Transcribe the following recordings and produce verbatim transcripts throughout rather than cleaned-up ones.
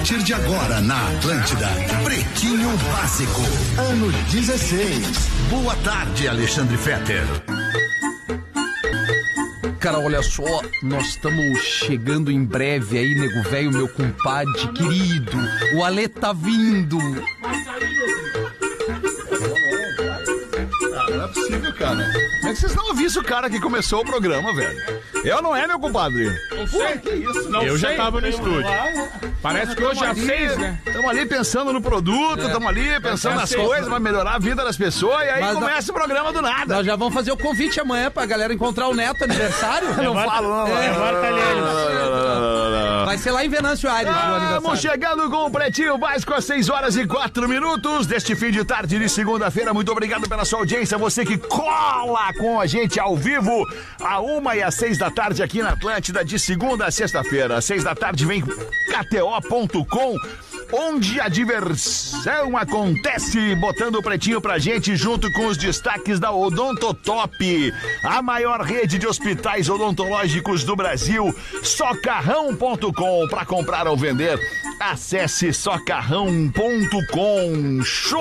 partir de agora na Atlântida, Pretinho Básico, ano dezesseis. Boa tarde, Alexandre Fetter. Cara, olha só, nós estamos chegando em breve aí, nego velho, meu compadre querido. O Alê tá vindo. Não é possível, cara. Como é que vocês não avisam o cara que começou o programa, velho? Eu não é, meu compadre? Não sei. Que isso? Não eu sei. já tava no estúdio. Parece que hoje é seis, né? Estamos ali pensando no produto, estamos ali pensando É nas seis, coisas pra melhorar a vida das pessoas e aí Mas começa o programa do nada. Nós já vamos fazer o convite amanhã pra galera encontrar o Neto, aniversário. Não falo, não. É. Não, não, não. Vai ser lá em Venâncio Aires o Estamos aniversário. chegando com o Pretinho Básico às seis horas e quatro minutos deste fim de tarde de segunda-feira. Muito obrigado pela sua audiência. Você que cola com a gente ao vivo, a uma e às seis da tarde aqui na Atlântida, de segunda a sexta-feira. Às seis da tarde vem K T O ponto com, onde a diversão acontece, botando o Pretinho pra gente junto com os destaques da Odontotop, a maior rede de hospitais odontológicos do Brasil. Socarrão ponto com, para comprar ou vender, acesse socarrão ponto com.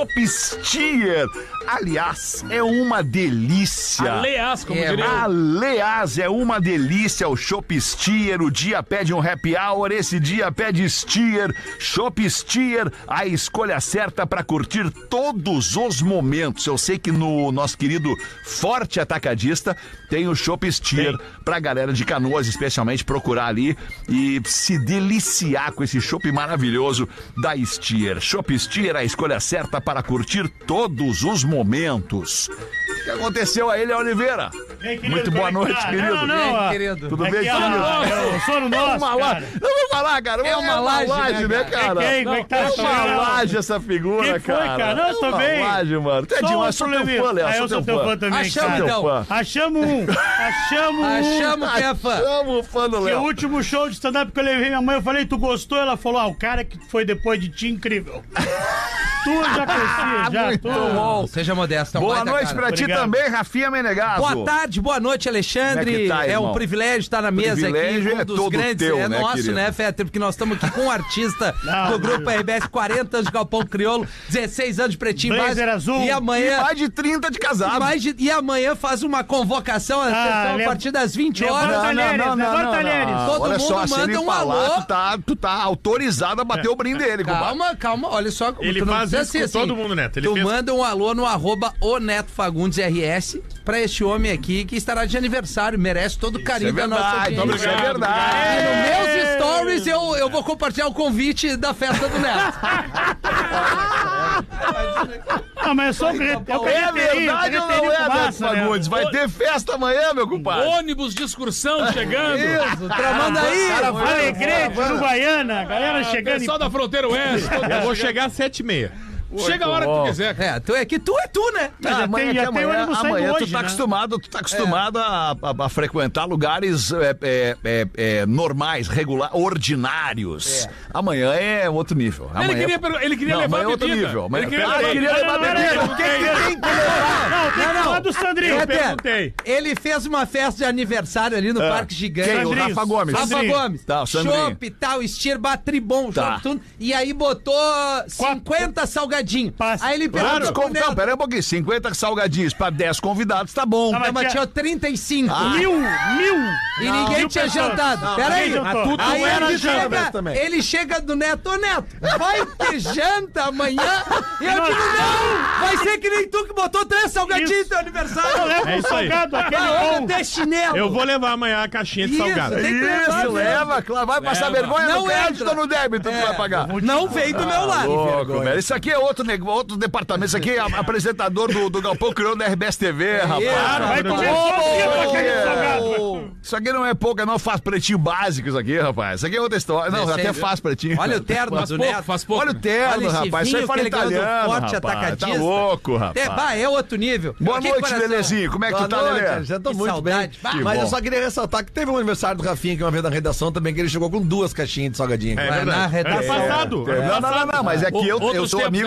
Shopsteer, aliás, é uma delícia. Aliás, como É, diria. Aliás, é uma delícia o Shopsteer. O dia pede um happy hour, esse dia pede Steer. Shopsteer, a escolha certa para curtir todos os momentos. Eu sei que no nosso querido Forte Atacadista tem o Shopsteer pra galera de Canoas, especialmente, procurar ali e se deliciar com esse chopp maravilhoso da Steer. Shopsteer, a escolha certa para curtir todos os momentos. O que aconteceu a ele, Oliveira? Ei, querido, Muito boa como é que noite, tá? querido. Não, não, Ei, ó. querido. Tudo É bem, que, ó, querido? é o sono nosso, Uma laje. cara. Não vou falar, cara. É uma laje, né, né, cara? É quem? Como é que tá? É Tô uma bem. laje essa figura, Que foi, cara. cara? Não, eu tô é uma bem. laje, mano. Tu é Só demais, um sou teu probleminha. fã, Léo. Ah, eu sou teu fã também, Achamos, cara. então. Fã. Achamos um. Achamos um. Achamos que é fã. Amo o fã do Que o Léo. último show de stand-up que eu levei minha mãe, eu falei, tu gostou? Ela falou, ah, o cara que foi depois de ti, incrível. Tu eu já conhecia, já. Muito tu... bom. Seja modesto. é um Boa baita noite cara. pra ti Obrigado. também, Rafinha Menegaso. Boa tarde, boa noite, Alexandre. Como é que tá, é irmão? um privilégio estar na mesa Privilégio aqui, um é dos todo grandes. teu, é né, nosso, querido? né, Fetter? Porque nós estamos aqui com um artista Não, do grupo R B S, quarenta anos de Galpão Crioulo, dezesseis anos de Pretinho Blazer Básico. azul. E E amanhã. mais de trinta de E, casado. mais de- e amanhã faz uma convocação a, Ah, a leva- partir das vinte leva- horas. Talheres, levanta talheres. Todo Olha mundo só, se manda ele um falar, alô. tu tá, tu tá autorizado a bater o brinde dele, compadre. Calma, calma, olha só como Ele tu não faz precisa isso ser com assim. todo mundo, Neto. Ele Tu fez- manda um alô no arroba o Neto Fagundes R S pra este homem aqui que estará de aniversário, merece todo o carinho é da nossa verdade, audiência. isso é Obrigado, verdade. E nos meus stories eu, eu vou compartilhar o convite da festa do Neto. Ah, mas é só o que eu É verdade ou não é, Neto Fagundes? Vai ter festa amanhã, meu compadre. Ônibus de excursão chegando. Isso, tramando aí. Alegrete, Uruguaiana, a galera chegando Pessoal da Fronteira Oeste. todo Eu mundo vou chegando. chegar às sete e meia. Chega a hora que tu quiser. É, tu é que tu é tu, né? Mas já amanhã, tem- que já tem amanhã, ônibus saindo amanhã tu hoje, tá né? acostumado, tu tá acostumado a, a- a frequentar lugares é, é, é, é, normais, regular, ordinários. Amanhã é outro nível. Amanhã, Ele queria, pergu- ele queria não, levar amanhã é outro bebida. nível. Amanhã, Ele queria ah, levar ele queria bebida. levar Não, não, bebida. não, O que que tem que levar? Não, tem que falar do Sandrinho. Peter, perguntei. ele fez uma festa de aniversário ali no Parque Gigante. Quem? O Sandrinho. Rafa Gomes. Rafa Sandrinho. Gomes. Tá, o Sandrinho. Chopp e tal, estirba, tribom, Tá. chopp, tudo. E aí botou cinquenta salgadinhos. Passa. Aí ele Claro, perguntou pro com, não, Neto. pera aí um pouquinho. cinquenta salgadinhos pra dez convidados, tá bom. Tá, Não, mas tinha- tinha trinta e cinco. Mil, mil. E ninguém Mil tinha pessoas. jantado. Não, Pera aí. ninguém jantou. Mas tu Aí não era ele janta chega, também. ele chega do Neto, ô Neto, vai ter janta amanhã? E eu digo, não, vai ser que nem tu que botou três salgadinhos no Isso. teu aniversário. Leva É um isso aí. salgado, aquele Olha, bom. até chinelo. Eu vou levar amanhã a caixinha de Isso, salgado. tem que levar, Isso, né? leva, claro. Vai passar Leva. vergonha Não no crédito entra. ou no débito que tu vai pagar. Não veio do meu lado. Louco, velho. Isso aqui é outro, nego- outro departamento. Isso aqui é a- apresentador do, do Galpão Crioulo da R B S T V, rapaz. Vai comer sozinho com aquele salgado. Isso aqui não é pouca, não faz pretinho básico isso aqui, rapaz. Isso aqui é outra história. Não, Dezesseis. até faz pretinho. Olha o terno Faz do pouco, Neto. faz pouco. Olha o terno, Olha esse rapaz. Isso aí vinho fala que ele ganhou do italiano, Forte rapaz. Atacadista. Tá louco, rapaz. É, bah, é outro nível. Boa Que noite, coração. Lelezinho. Como é que Boa tu tá, noite, Lelê? já tô Que muito saudade. bem. Bah, Mas bom. eu só queria ressaltar que teve um aniversário do Rafinha, que uma vez na redação também, que ele chegou com duas caixinhas de salgadinho. É Vai na verdade. redação. Ano passado. É, Ano Não, não, não, passado. não, mas é que eu, eu Outros sou tempos amigo na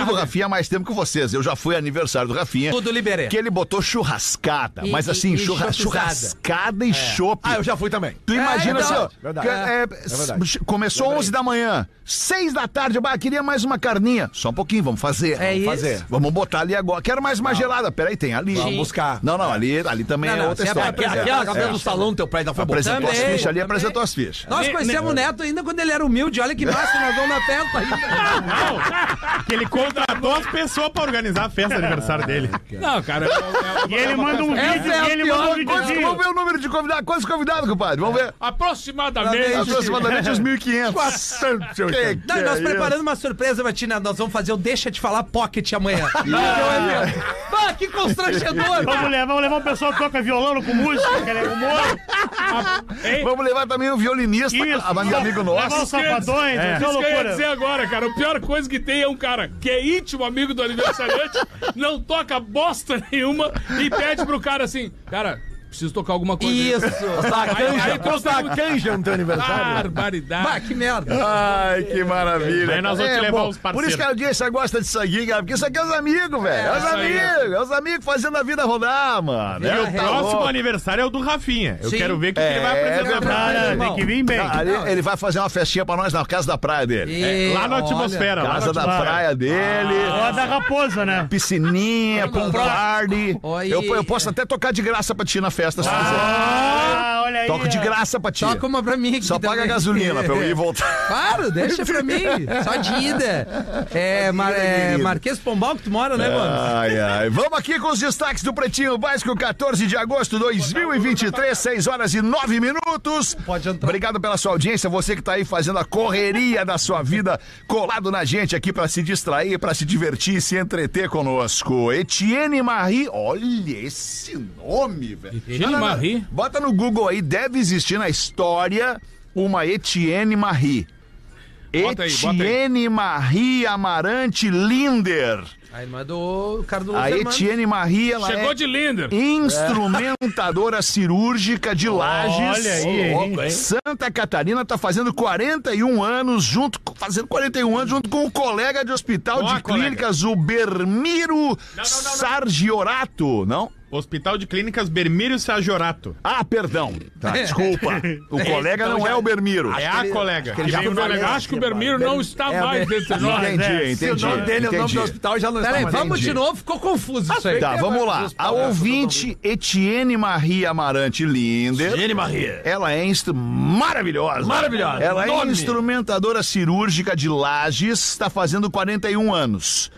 do Rafinha há mais tempo que vocês. Eu já fui aniversário do Rafinha. Tudo liberei. Que ele botou churrascada. E- mas assim, e- e churra- chopizada. churrascada e chopp. Ah, eu já fui também. Tu imagina É, assim, ó. Verdade. que, É, é, é verdade. começou onze da manhã, seis da tarde, bah, queria mais uma carninha. Só um pouquinho, vamos fazer. É vamos isso. fazer. Vamos botar ali agora. Quero mais uma gelada. Peraí, tem ali. Vamos buscar. Não, não, ali, ali também Não, é não, outra se é pra história. apresentar- Aquela É, cabelo é. do salão do teu prédio da foi Apresentou as Também, fichas ali, também. apresentou as fichas. Nós conhecemos o Neto ainda quando ele era humilde. Olha que massa, nós vamos na festa ainda. Não, que ele contratou as pessoas pra organizar a festa de aniversário dele. Não, cara. é- é- E ele manda um Essa vídeo, é a e ele pior manda um Quantos- videozinho. vamos ver o número de convidados. Quantos convidados, compadre? Vamos ver. Aproximadamente. Aproximadamente uns mil e quinhentos. Que- Não, que nós é preparando uma surpresa, Matina. Nós vamos fazer o Deixa Te Falar Pocket amanhã. Ah, que constrangedor. Vamos levar, vamos levar o pessoal que toca violão com música, que é humor. Hein? Vamos levar também o violinista, Isso. a amigo Levar os nosso. safadões, É. é. Isso que eu ia loucura. dizer agora, cara. A pior coisa que tem é um cara que é íntimo amigo do aniversariante, não toca bosta nenhuma e pede pro cara assim, cara, preciso tocar alguma coisa. Isso. Aí, aí trouxe Custa a canja no teu aniversário. barbaridade. Bah, que merda. Ai, que maravilha. Aí nós vamos te levar bom, os parceiros. Por isso que a audiência gosta disso aqui, cara, porque isso aqui é os amigos, velho. É, os isso aí. amigos, é os amigos fazendo a vida rodar, mano. E É, o tá próximo louco. aniversário é o do Rafinha. Eu Sim. quero ver o que, que ele vai É, apresentar pra Ah, nós. não, tem que vir bem. Ah, ali ele vai fazer uma festinha pra nós na casa da praia dele. E, Lá na olha, atmosfera. Lá Casa na da Claro. praia dele. Ó, da raposa, né? Piscininha, pool party. Oi. Eu, eu posso até tocar de graça pra ti na festa, se quiser. Ah, olha aí. Toco de ó. graça pra ti. Toca uma pra mim. Só que paga a também- gasolina pra eu ir e voltar. Claro, deixa pra mim. Só de ida. É, Mar, é querido. Marquês Pombal que tu mora, né, mano? Ai, ai. Vamos aqui com os destaques do Pretinho Básico, quatorze de agosto de dois mil e vinte e três, seis horas e nove minutos. Pode entrar. Obrigado pela sua audiência, você que tá aí fazendo a correria da sua vida, colado na gente aqui pra se distrair, pra se divertir e se entreter conosco. Etienne Marie, olha esse nome, velho. Etienne Marie? Bota no Google aí, deve existir na história uma Etienne Marie. Bota aí, bota aí. Etienne Marie Amarante Linder. A irmã do cara do A Hermanos. Etienne Marie, ela Chegou é de Linder. instrumentadora cirúrgica de Lages. Olha aí, Ô, hein? louco, hein? Santa Catarina tá fazendo quarenta e um anos junto, com- fazendo quarenta e um anos junto com o colega de hospital Ó, de colega. clínicas, o Bermiro Sargiorato, não? Hospital de Clínicas Bermírio Sagiorato. Ah, perdão. Tá, desculpa. O colega então não já- é o Bermiro. É a colega. que ele já veio no falece. negócio. Acho que o Bermiro não está É, mais bem- dentro de nós. Entendi, é, Se o entendi. nome dele é o nome entendi. do hospital, já não está Peraí, mais. vamos entendi. de novo, ficou confuso isso aí. Tá, vamos lá. A ouvinte Etienne Marie Amarante Linder. Etienne Marie. Ela é instru... maravilhosa. Maravilhosa. Ela é Nome. instrumentadora cirúrgica de Lages, está fazendo quarenta e um anos.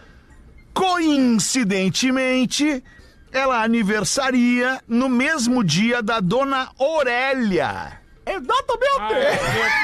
Coincidentemente, ela aniversaria no mesmo dia da dona Aurélia. Exatamente!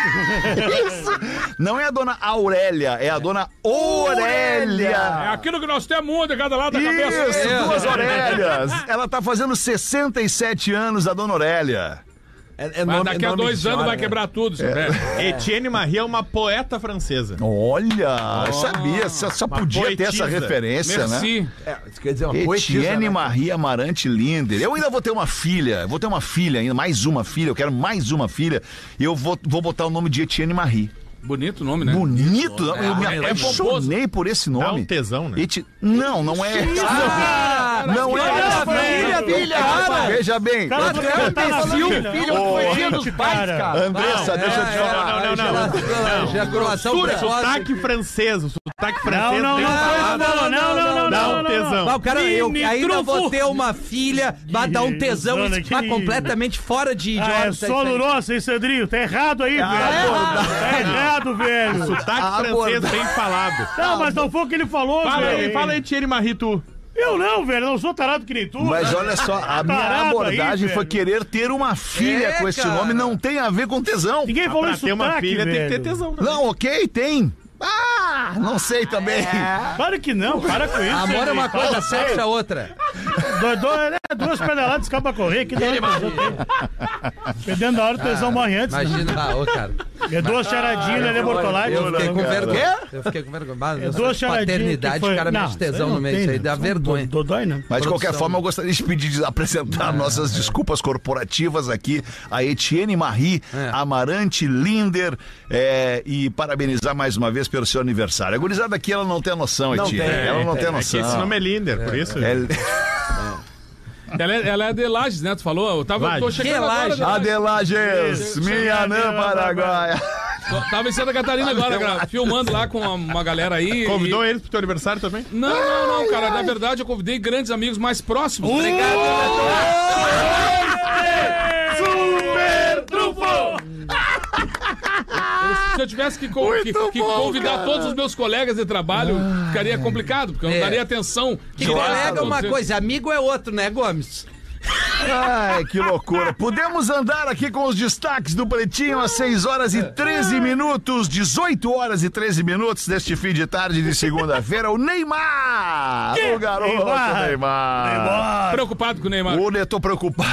Isso! Não é a dona Aurélia, é a dona É Aurélia. aquilo que nós temos um de cada lado da cabeça. Isso, duas Aurélias. Ela tá fazendo sessenta e sete anos, a dona Aurélia. É, é Mas nome- daqui é a nome dois de anos senhora, vai né? quebrar tudo. É. sabe? Etienne Marie é uma poeta francesa. Olha, eu sabia, só, só uma podia ter essa poetisa. referência, né? Merci. É, isso quer dizer uma poetisa, Etienne né? Marie Amarante Linder. Eu ainda vou ter uma filha, vou ter uma filha ainda, mais uma filha, eu quero mais uma filha. E eu vou, vou botar o nome de Etienne Marie. Bonito o nome, né? Bonito, eu me é apaixonei por esse Dá nome. um tesão, né? Eti... Não, não é. Ah, não é. filha, filha, cara. Veja bem. Cara, tu tu é um tá na imbecil, filha. filho, Ô, foi dia gente, dos pais, cara. cara. Andressa, deixa eu te falar. não, não, não. Ejaculação precoce. Sotaque francês. O sotaque Não, francês não, tem não, falado. não, não, não, não, não, Dá não, um não, não. tesão. Ah, o cara, eu Mini ainda vou trufo. ter uma filha, vai dar um tesão Zona e aqui. tá completamente fora de Ah, é idiota. solo nosso, hein, Sandrinho? Tá errado aí, velho. Tá errado, velho. Sotaque francês bem falado. Não, mas não foi o que ele falou, Fala aí, velho. fala aí, Etienne Marie, tu. Eu não, velho. Não sou tarado que nem tu. Mas olha só, a minha Tarado abordagem aí, foi velho. querer ter uma filha É, com esse cara. nome, não tem a ver com tesão. Ninguém falou Pra isso ter uma sotaque, filha tem que ter velho. tesão também. Não, ok, tem. Ah, não sei também. Claro que não, para com isso. Amor é uma Sandrinho. coisa, sexo é outra. Do- do- é, duas pedaladas escapa pra correr. Que da hora que tesão tem. Perdendo a hora, o tesão morre antes. né? Imagina, ah, ô, cara. É duas charadinhas, Lelê Bortolatti. Eu fiquei com cara. vergonha. Eu fiquei com vergonha. Bah, É essa duas charadinhas. paternidade, que foi- o cara mete Não, tesão não no meio. tem, Isso aí né? dá Só vergonha. do- Dodói, né? Mas de qualquer Produção. forma, eu gostaria de pedir, de apresentar nossas desculpas corporativas aqui a Etienne Marie, É. Amarante Linder, é, e parabenizar mais uma vez pelo seu aniversário. aniversário. A gurizada aqui, ela não tem noção, Não Eti. tem, Ela não é, tem é noção. Esse nome é Linder, por isso. É- Ela é, ela é de Lages, né? Tu falou? Eu tava, tô Lages. chegando Que agora. Lages? de Lages. Adelages, minha anã paraguaia. Tô- Tava em Santa Catarina agora, cara, filmando lá com uma, uma galera aí. Convidou e... eles pro teu aniversário também? Não, não, não, cara. Na verdade, eu convidei grandes amigos mais próximos. Obrigado, Super trufo! Se eu tivesse que, co- que- que convidar todos os meus colegas de trabalho, ficaria complicado, porque eu não É. daria atenção. Que direta colega é a uma você. coisa, amigo é outro, né, Gomes? Ai, que loucura. Podemos andar aqui com os destaques do Pretinho às seis horas e treze minutos, dezoito horas e treze minutos deste fim de tarde de segunda-feira. O Neymar! O garoto Neymar. Neymar. Preocupado com o Neymar. Olha, eu tô preocupado.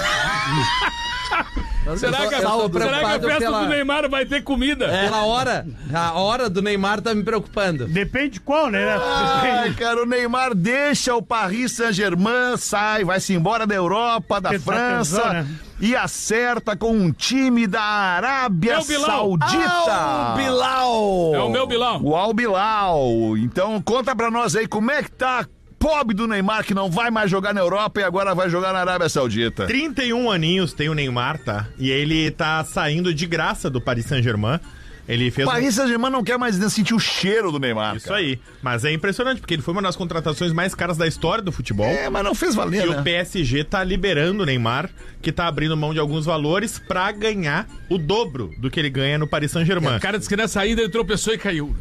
Será que, a, Eu tô será que a preocupado festa pela- do Neymar vai ter comida? Pela hora, a hora do Neymar tá me preocupando. Depende qual, né? Ai, Depende. cara, o Neymar deixa o Paris Saint-Germain, sai, vai-se embora da Europa, da Porque tá França pensando, né? e acerta com um time da Arábia É o Bilal. Saudita. Bilal! É o meu Bilal. O Al Bilal. Então conta pra nós aí como é que tá pobre do Neymar que não vai mais jogar na Europa e agora vai jogar na Arábia Saudita. trinta e um aninhos tem o Neymar, tá? E ele tá saindo de graça do Paris Saint-Germain. Ele fez O um- Paris Saint-Germain não quer mais sentir o cheiro do Neymar. Isso cara. aí. Mas é impressionante, porque ele foi uma das contratações mais caras da história do futebol. É, mas não fez valer, E né? o P S G tá liberando o Neymar, que tá abrindo mão de alguns valores pra ganhar o dobro do que ele ganha no Paris Saint-Germain. O cara disse que na saída ele tropeçou e caiu.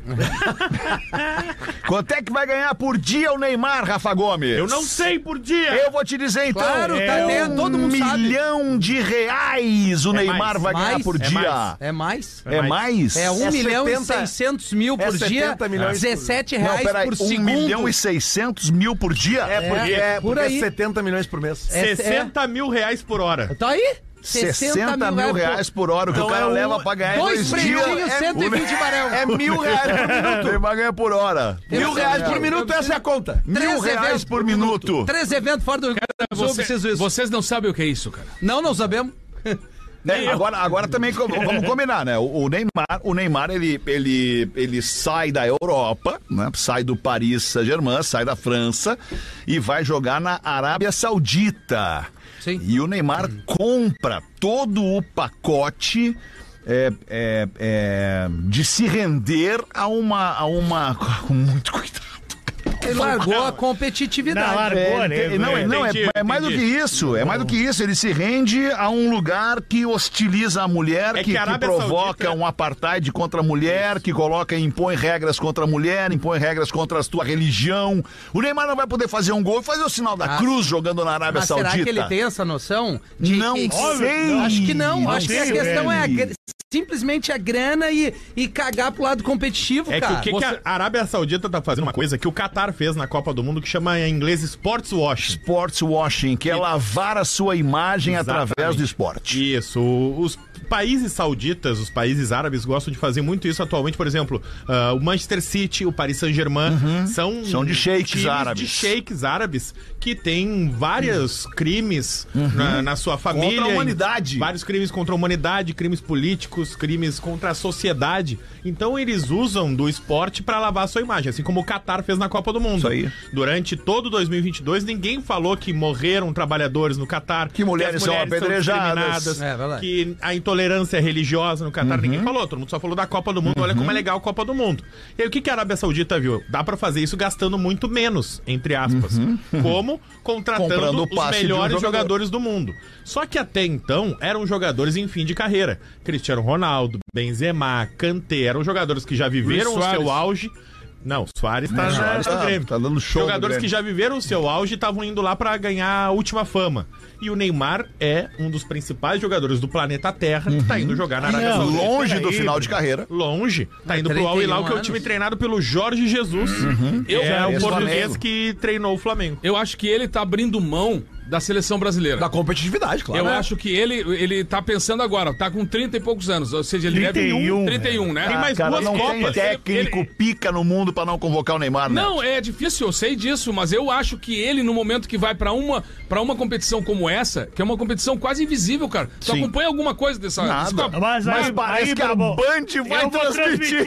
Quanto é que vai ganhar por dia o Neymar, Rafa Gomes? Eu não sei por dia! Eu vou te dizer então. Claro, tá é dentro, todo mundo um sabe. milhão de reais o É Neymar mais, vai ganhar mais, por é dia. mais. É mais? É mais? É um É milhão e setenta seiscentos mil por é dia, setenta milhões por- dezessete Não, reais peraí, por um segundo. milhão e seiscentos mil por dia? É, porque é, por porque é aí. setenta milhões por mês. É- sessenta mil reais por hora. Tá aí? sessenta mil reais por hora, o que Então o cara é um- leva pra ganhar em Dois dois dias. pretinhos, É- cento e vinte barão. É mil reais por O minuto. Neymar ganha por hora. Mil reais por minuto, essa é a conta. Mil Três reais eventos por minuto. Três eventos fora do Rio Grande do Sul, eu Você- preciso isso. vocês não sabem o que é isso, cara. Não, não sabemos. É, agora, agora também co- vamos combinar, né? O, o Neymar, o Neymar ele, ele, ele sai da Europa, né? Sai do Paris Saint-Germain, sai da França e vai jogar na Arábia Saudita. Sim. E o Neymar compra todo o pacote é, é, é, de se render a uma, a uma. Com muito cuidado. Ele largou a competitividade. Não, largou, É, né? tem- não, é- não, é, Entendi, é mais do que entendi. isso. É mais do que isso. Ele se rende a um lugar que hostiliza a mulher, É que, que a que Arábia provoca Saudita- um apartheid contra a mulher, que coloca, impõe regras contra a mulher, impõe regras contra a tua religião. O Neymar não vai poder fazer um gol e fazer o sinal da Ah. cruz jogando na Arábia Mas Saudita. será que ele tem essa noção? De Não que- sei. Acho que não. Não Acho que a sei, questão é a velho. gra- simplesmente a grana e, e cagar pro lado competitivo, É que cara. o que, que a Arábia Saudita tá fazendo uma coisa que o Qatar fez na Copa do Mundo que chama em inglês sports washing. Sports washing, que é lavar a sua imagem Exatamente. através do esporte. Isso. Os países sauditas, os países árabes gostam de fazer muito isso atualmente. Por exemplo, ah, o Manchester City, o Paris Saint-Germain são, São de sheiks times árabes. de sheiks árabes que têm vários crimes na, na sua família. Contra a humanidade. Vários crimes contra a humanidade, crimes políticos, crimes contra a sociedade. Então eles usam do esporte pra lavar a sua imagem, assim como o Qatar fez na Copa do Mundo. Isso aí. Durante todo dois mil e vinte e dois, ninguém falou que morreram trabalhadores no Qatar, Que mulheres as são mulheres apedrejadas. discriminadas, É, verdade. que a intolerância religiosa no Qatar, ninguém falou, todo mundo só falou da Copa do Mundo, olha como é legal a Copa do Mundo. E aí o que, que a Arábia Saudita viu? Dá pra fazer isso gastando muito menos, entre aspas. Como? Contratando Comprando o os passe de um melhores jogador. jogadores do mundo. Só que até então eram jogadores em fim de carreira. Cristiano Ronaldo, Benzema, Kanté, eram jogadores que já viveram o Luis seu Suárez. auge. Não, o Soares tá, Não, na- Suárez no tá- Grêmio. tá dando show no Jogadores Grêmio. que já viveram o seu auge e estavam indo lá pra ganhar a última fama. E o Neymar é um dos principais jogadores do planeta Terra que tá indo jogar na Arábia Não, Saudita. Longe peraí, do final meu. de carreira. Longe. Tá indo pro Al Hilal, que é o time anos. treinado pelo Jorge Jesus. Eu- é o Esse português Flamengo. que treinou o Flamengo. Eu acho que ele tá abrindo mão da seleção brasileira. Da competitividade, claro. Eu né? acho que ele, ele tá pensando agora, tá com trinta e poucos anos, ou seja, ele trinta e um, deve... trinta e um, né? Tem mais Cara, duas não tem Copas. técnico Ele- pica no mundo pra não convocar o Neymar, né? Não, é difícil, eu sei disso, mas eu acho que ele, no momento que vai pra uma, pra uma competição como essa, que é uma competição quase invisível, cara, tu Sim. acompanha alguma coisa dessa... Nada. dessa- Mas, Mas aí, parece aí, que a Bobo, Band vai eu vou transmitir.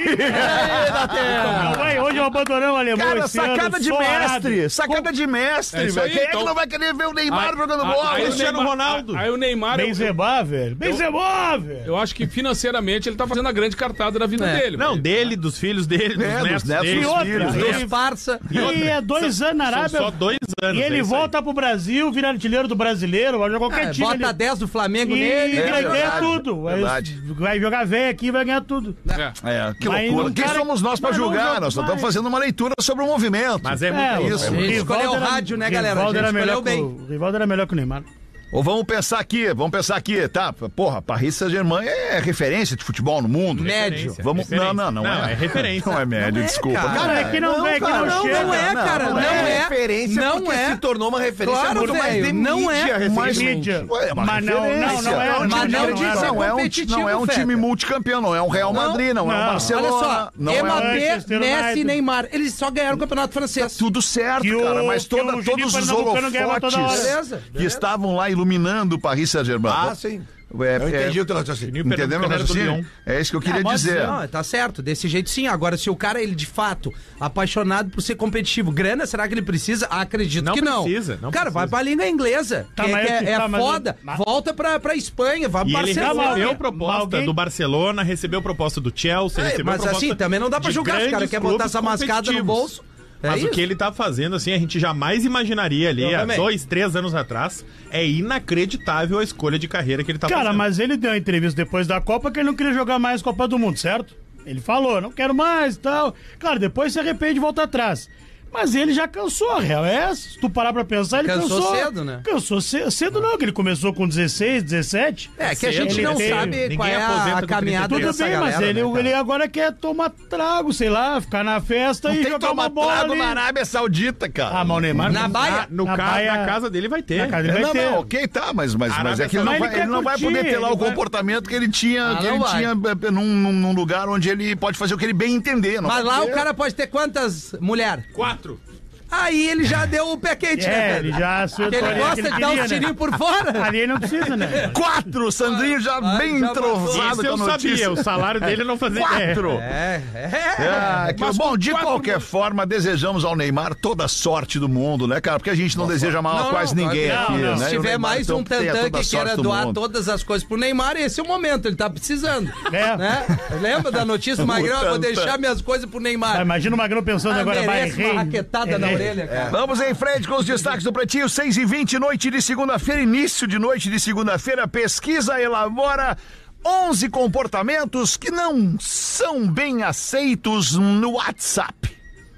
Não, vai, hoje eu abandonei o alemão Cara, esse sacada ano, de só mestre. Arábia. Sacada de mestre, É isso velho. aí, Quem é então. que não vai querer ver o Neymar Aí- jogando aí- bola? aí o Cristiano Neymar- Ronaldo. Aí o Neymar... eu- Benzema, velho. Benzema, velho. Eu acho que financeiramente ele tá fazendo a grande cartada da vida É. dele. Não, Ele- dele, dos filhos dele, dos É, dos netos, netos, dele. dos E outra, filhos, ele- Dos parça. E é dois anos na São Arábia. só dois anos. E é ele isso aí. volta pro Brasil, vira artilheiro do brasileiro, vai jogar qualquer É, time. bota ali. dez do Flamengo E nele. É vai ganhar verdade, tudo. Vai- verdade. Vai jogar velho aqui e vai ganhar tudo. É. É, que Mas loucura. não, Quem cara, somos nós pra mas não julgar? joga Nós só estamos mais. fazendo uma leitura sobre o movimento. Mas é, É, muito isso. o A gente Rivaldo escolheu o era- rádio, né, galera? Rivaldo A gente era melhor escolheu que bem. o- O Rivaldo era melhor que o Neymar. Ou vamos pensar aqui, vamos pensar aqui, tá? Porra, Paris Saint-Germain é referência de futebol no mundo. Médio. Vamos, não, Referência. não, não, Não, é. é referência. Não é médio, Não é, desculpa. cara. Cara, é que não, é que cara, não, Não, chega. não é, cara. Não, Não é é. referência Não porque é. se tornou uma referência Claro, muito mais de velho, não é. mídia, Mas recentemente. mídia. Ué, é uma Mas não, não, referência. não é. Mas não não, diz- não, é Não é um, competitivo, não é um time Feta. multicampeão, não é um Real Não, Madrid, não, é um não. Barcelona. Olha só, não é um... Mbappé, Manchester Messi United. e Neymar, eles só ganharam o campeonato francês. Tudo certo, Que o- cara, mas que toda, o todos Juninho os Pernambucano ganhava toda hora. holofotes Beleza, que beleza. estavam lá iluminando o Paris Saint-Germain. Ah, sim. É, Eu entendi é, o teu raciocínio. Juninho entendeu meu Pernambucano era do raciocínio? É isso que eu queria É, pode dizer. ser. Não, tá certo, desse jeito sim. Agora, se o cara, ele de fato, apaixonado por ser competitivo, grana, será que ele precisa? Acredito Não que não. precisa, não cara, precisa. vai pra língua inglesa, Tá, que, é- mas que é é, que é tá, mas foda. eu- mas- Volta pra, pra Espanha, vai E pra ele Barcelona. recebeu alguém- proposta alguém- do Barcelona, recebeu proposta do Chelsea, É, recebeu mas proposta assim, também não dá pra de julgar, os caras grandes querem botar clubes essa mascada no competitivos. bolso. É Mas o isso. que ele tá fazendo, assim, a gente jamais imaginaria ali, Eu há também. dois, três anos atrás. É inacreditável a escolha de carreira que ele tá Cara, fazendo. mas ele deu uma entrevista depois da Copa que ele não queria jogar mais Copa do Mundo, certo? Ele falou, não quero mais e tal. Claro, depois se arrepende e volta atrás. Mas ele já cansou, a real é essa. Se tu parar pra pensar, ele Cansou cansou. cedo, né? Cansou cedo, cedo não, que ele começou com dezesseis, dezessete. É, que a Cedo, gente não ele sabe tem- qual é ninguém aposenta a com caminhada Tudo dessa bem, galera, mas ele, né, cara? ele agora quer tomar trago, sei lá, ficar na festa Não e tem que jogar tomar uma bola trago ali. na Arábia Saudita, cara. Ah, mas o Neymar... Na Baia? No na ca- Baia- na casa dele vai ter. Na casa É, dele vai não, ter. não, ok, tá, mas, mas, mas é que ele não, Mas vai, ele quer ele não vai curtir, poder ter lá ele o vai- comportamento que ele tinha, Ah, que não ele vai. tinha eh, num, num, num lugar onde ele pode fazer o que ele bem entender. Não Mas vai lá poder. o cara pode ter quantas mulheres? Quatro. Aí ele já deu o pé quente, né, É, velho? ele já acertou Porque ele ali gosta aquele de dar queria, uns né? tirinhos por fora. Ali ele não precisa, né? Quatro! O Sandrinho já Vai, bem já entrosado Isso com a eu notícia. sabia, o salário dele não fazia ideia. Quatro! É, é. Ah, que- Mas bom, com de quatro qualquer mil- forma, desejamos ao Neymar toda a sorte do mundo, né, cara? Porque a gente não deseja mal a Não, quase não, ninguém claro aqui, que não. né? Se E o tiver Neymar, mais então, um tenha tantã toda a que sorte queira do doar mundo. todas as coisas pro Neymar, esse é o momento, ele tá precisando. É. Né? Lembra da notícia do Magrão? Eu vou tantã. deixar minhas coisas pro Ah, Neymar. imagina o Magrão pensando Ah, agora, vai, merece uma rei. raquetada na orelha, cara. Vamos em frente com os destaques do Pretinho, seis e vinte, noite de segunda-feira, início de noite de segunda-feira. Pesquisa elabora onze comportamentos que não são bem aceitos no WhatsApp.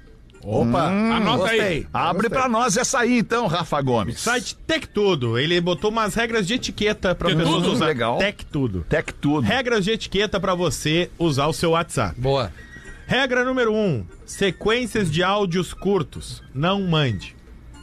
Opa, Anota aí. gostei. Abre pra nós essa aí então, Rafa Gomes. Site Tech Tudo, ele botou umas regras de etiqueta pra Tech pessoas Tudo? usar. Legal. Tech Tudo. Tech tudo. Regras de etiqueta pra você usar o seu WhatsApp. Boa. Regra número um: sequências de áudios curtos. Não mande.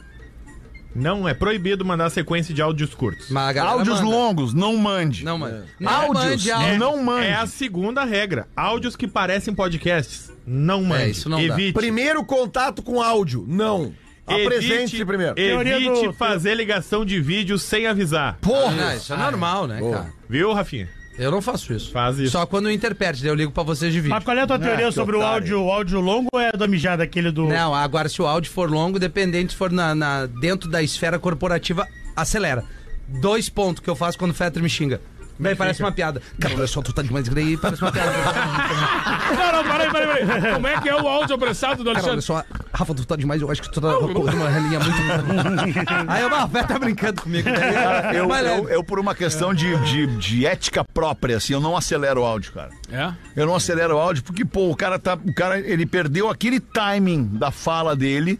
Não é proibido mandar sequência de áudios curtos. Mas a galera Áudios manda. longos, não mande. Não, mano. Não Áudios, mande áudio. não mande. É a segunda regra. Áudios que parecem podcasts. Não mande. É, isso não dá. Evite. Primeiro contato com áudio, não. Apresente primeiro. Teoria Evite do- fazer ligação de vídeo sem avisar. Ah, isso é normal, né, cara? Viu, Rafinha? Eu não faço isso. Faz isso. Só quando interperte, daí eu ligo pra vocês de vídeo. Mas qual é a tua teoria que sobre o otário. áudio, o áudio longo ou é da mijada aquele do... Não, agora se o áudio for longo, dependente se for na, na- dentro da esfera corporativa, acelera. Dois pontos que eu faço quando o Fetter me xinga. Daí parece uma piada. Cara, olha só, tu tá demais, daí parece uma piada. Não, não, peraí, peraí, peraí. Como é que é o áudio apressado do Cara, olha Alexandre? só, Rafa, tu tá demais, eu acho que tu tá correndo uma linha muito... Aí eu, ah, o Fetter tá brincando comigo. Daí, Eu, Mas, eu, eu, por uma questão de, de, de ética própria, assim, eu não acelero o áudio, cara. É? Eu não acelero o áudio porque, pô, o cara tá. O cara, ele perdeu aquele timing da fala dele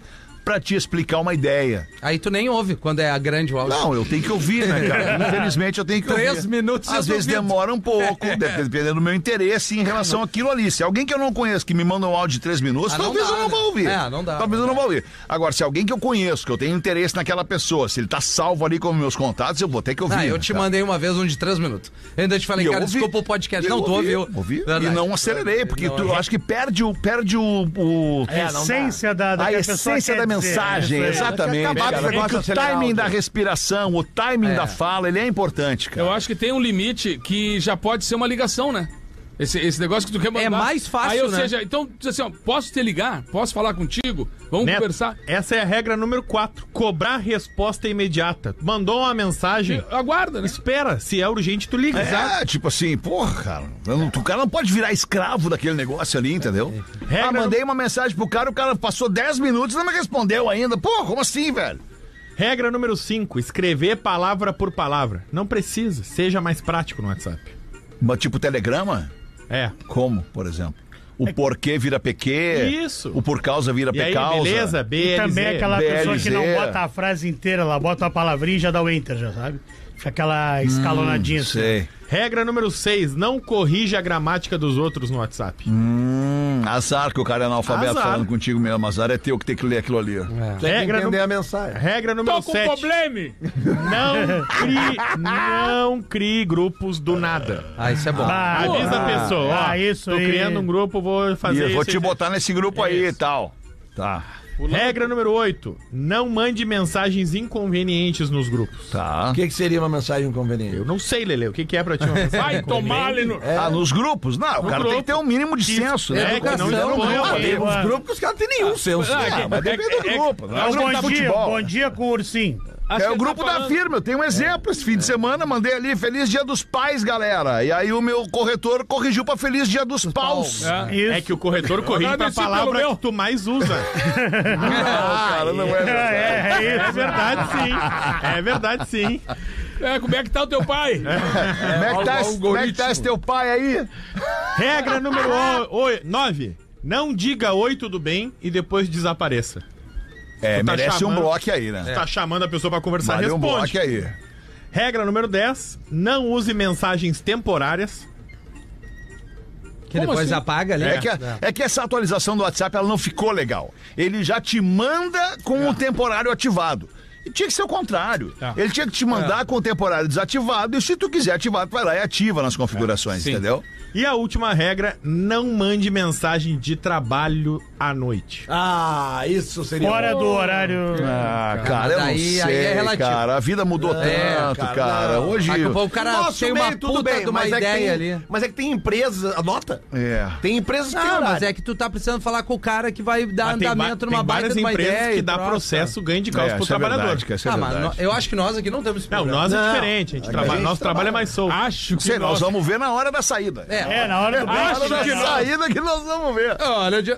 pra te explicar uma ideia. Aí tu nem ouve quando é a grande o áudio. Não, eu tenho que ouvir, né, cara? Infelizmente eu tenho que ouvir. Três minutos Às eu vezes duvido. demora um pouco, dependendo do meu interesse em relação àquilo ali. Se alguém que eu não conheço que me manda um áudio de três minutos, Ah, não talvez dá, eu não né? vá ouvir. É, não dá, Talvez não eu não vá ouvir. Agora, se alguém que eu conheço, que eu tenho interesse naquela pessoa, se ele tá salvo ali como meus contatos, eu vou ter que ouvir. Ah, eu te tá? mandei uma vez um de três minutos. Eu ainda te falei, E eu cara, ouvi. desculpa o podcast. Eu Não, tu ouvi, ouviu. ouvi. Verdade. E não acelerei, porque Não, tu, eu acho que perde o, perde o, o- A essência da, da a que pessoa essência quer da dizer. mensagem, Isso aí. exatamente. Acabar com cara. esse negócio Porque o de acelerar timing o da áudio. respiração, o timing É. da fala, ele é importante, cara. Eu acho que tem um limite que já pode ser uma ligação, né? Esse, esse negócio que tu quer mandar. É mais fácil, Aí, ou né? seja, então, diz assim, ó, posso te ligar? Posso falar contigo? Vamos Neto, conversar? essa é a regra número quatro. Cobrar resposta imediata. Mandou uma mensagem, Aguarda, né? espera. Se é urgente, tu liga. É, tipo assim, porra, cara. eu não- O cara não pode virar escravo daquele negócio ali, entendeu? Regra Ah, mandei uma mensagem pro cara, o cara passou dez minutos e não me respondeu ainda. Pô, como assim, velho? Regra número cinco. Escrever palavra por palavra. Não precisa. Seja mais prático no WhatsApp. Mas tipo telegrama? É. Como, por exemplo? O porquê vira P Q. Isso. O por causa vira E P aí, causa. beleza? B E L Z. também aquela B L Z. pessoa que não bota a frase inteira, ela bota uma palavrinha e já dá o enter, já sabe? Fica aquela escalonadinha assim. Sei. Regra número seis. Não corrija a gramática dos outros no WhatsApp. Hum, azar que o cara é analfabeto Azar. falando contigo mesmo. Azar é teu que tem que ler aquilo ali. É. Tem que Regra, entender nu- a mensagem. Regra número Tô com sete. problema! Não crie, não crie grupos do nada. Ah, isso é bom. Ah, Avisa a pessoa, ó. Ah, isso tô aí. criando um grupo, vou E fazer eu vou isso, te isso. botar nesse grupo aí e Isso. tal. Tá. Regra número oito. Não mande mensagens inconvenientes nos grupos. Tá. O que, que seria uma mensagem inconveniente? Eu não sei, Lele, o que, que é pra ti uma mensagem Vai tomar ali no. Ah, nos grupos? Não, o cara grupo. tem que ter um mínimo de senso, né? É, que não Educação, expõe né? alguém. Tem uns Boa. grupos que os caras não têm nenhum senso. Ah, né? que- Mas depende do é- grupo. Não é É o o grupo bom de dia, futebol. bom dia com o ursinho. Acho É que o ele grupo tá da falando- firma, eu tenho um exemplo. Esse fim de semana mandei ali Feliz Dia dos Pais, galera. E aí o meu corretor corrigiu pra Feliz Dia dos Paus. É. Isso. É que o corretor corrige pra agradeci pelo palavra meu. que tu mais usa. Não, cara, não é. É, é É isso. verdade, sim. É verdade, sim. É, como é que tá o teu pai? Como é que tá, esse- como é que tá esse teu pai aí? Regra número nove. Não diga oi, tudo bem e depois desapareça. É, Tu tá merece chamando- um bloco aí, né? Tá chamando a pessoa pra conversar, Vale um responde. bloco aí. Regra número dez. Não use mensagens temporárias. Que Como depois assim? apaga ali. É que, é que essa atualização do WhatsApp ela não ficou legal. Ele já te manda com o temporário ativado. E tinha que ser o contrário. Tá. Ele tinha que te mandar com o temporário desativado. E se tu quiser ativar, tu vai lá e ativa nas configurações, Sim. entendeu? E a última regra, não mande mensagem de trabalho à noite. Ah, isso seria. Fora bom. do horário. Ah, cara, eu não daí- sei, aí é relativo. cara. A vida mudou É, tanto, cara, cara. não. Hoje... Aí o cara Nosso tem uma meio, tudo puta bem, de uma mas é que ideia tem- ali. Mas é que tem empresas, anota. É. Tem empresas que tem Não, mas horário. é que tu tá precisando falar com o cara que vai dar Mas tem ba- andamento tem numa baita várias de uma empresas ideia. que e dá troca. processo, ganho de É, causa pro isso é trabalhador. verdade, cara, isso é Ah, mas verdade. no- eu acho que nós aqui não temos esse Não, problema. nós é Não. diferente. A gente A traba... gente Nosso trabalho é trabalha. mais solto. Acho que Sei, nós nós... vamos ver na hora da saída. É, É, na hora do Na beijo. hora da que nós- saída que nós vamos ver. olha, eu já-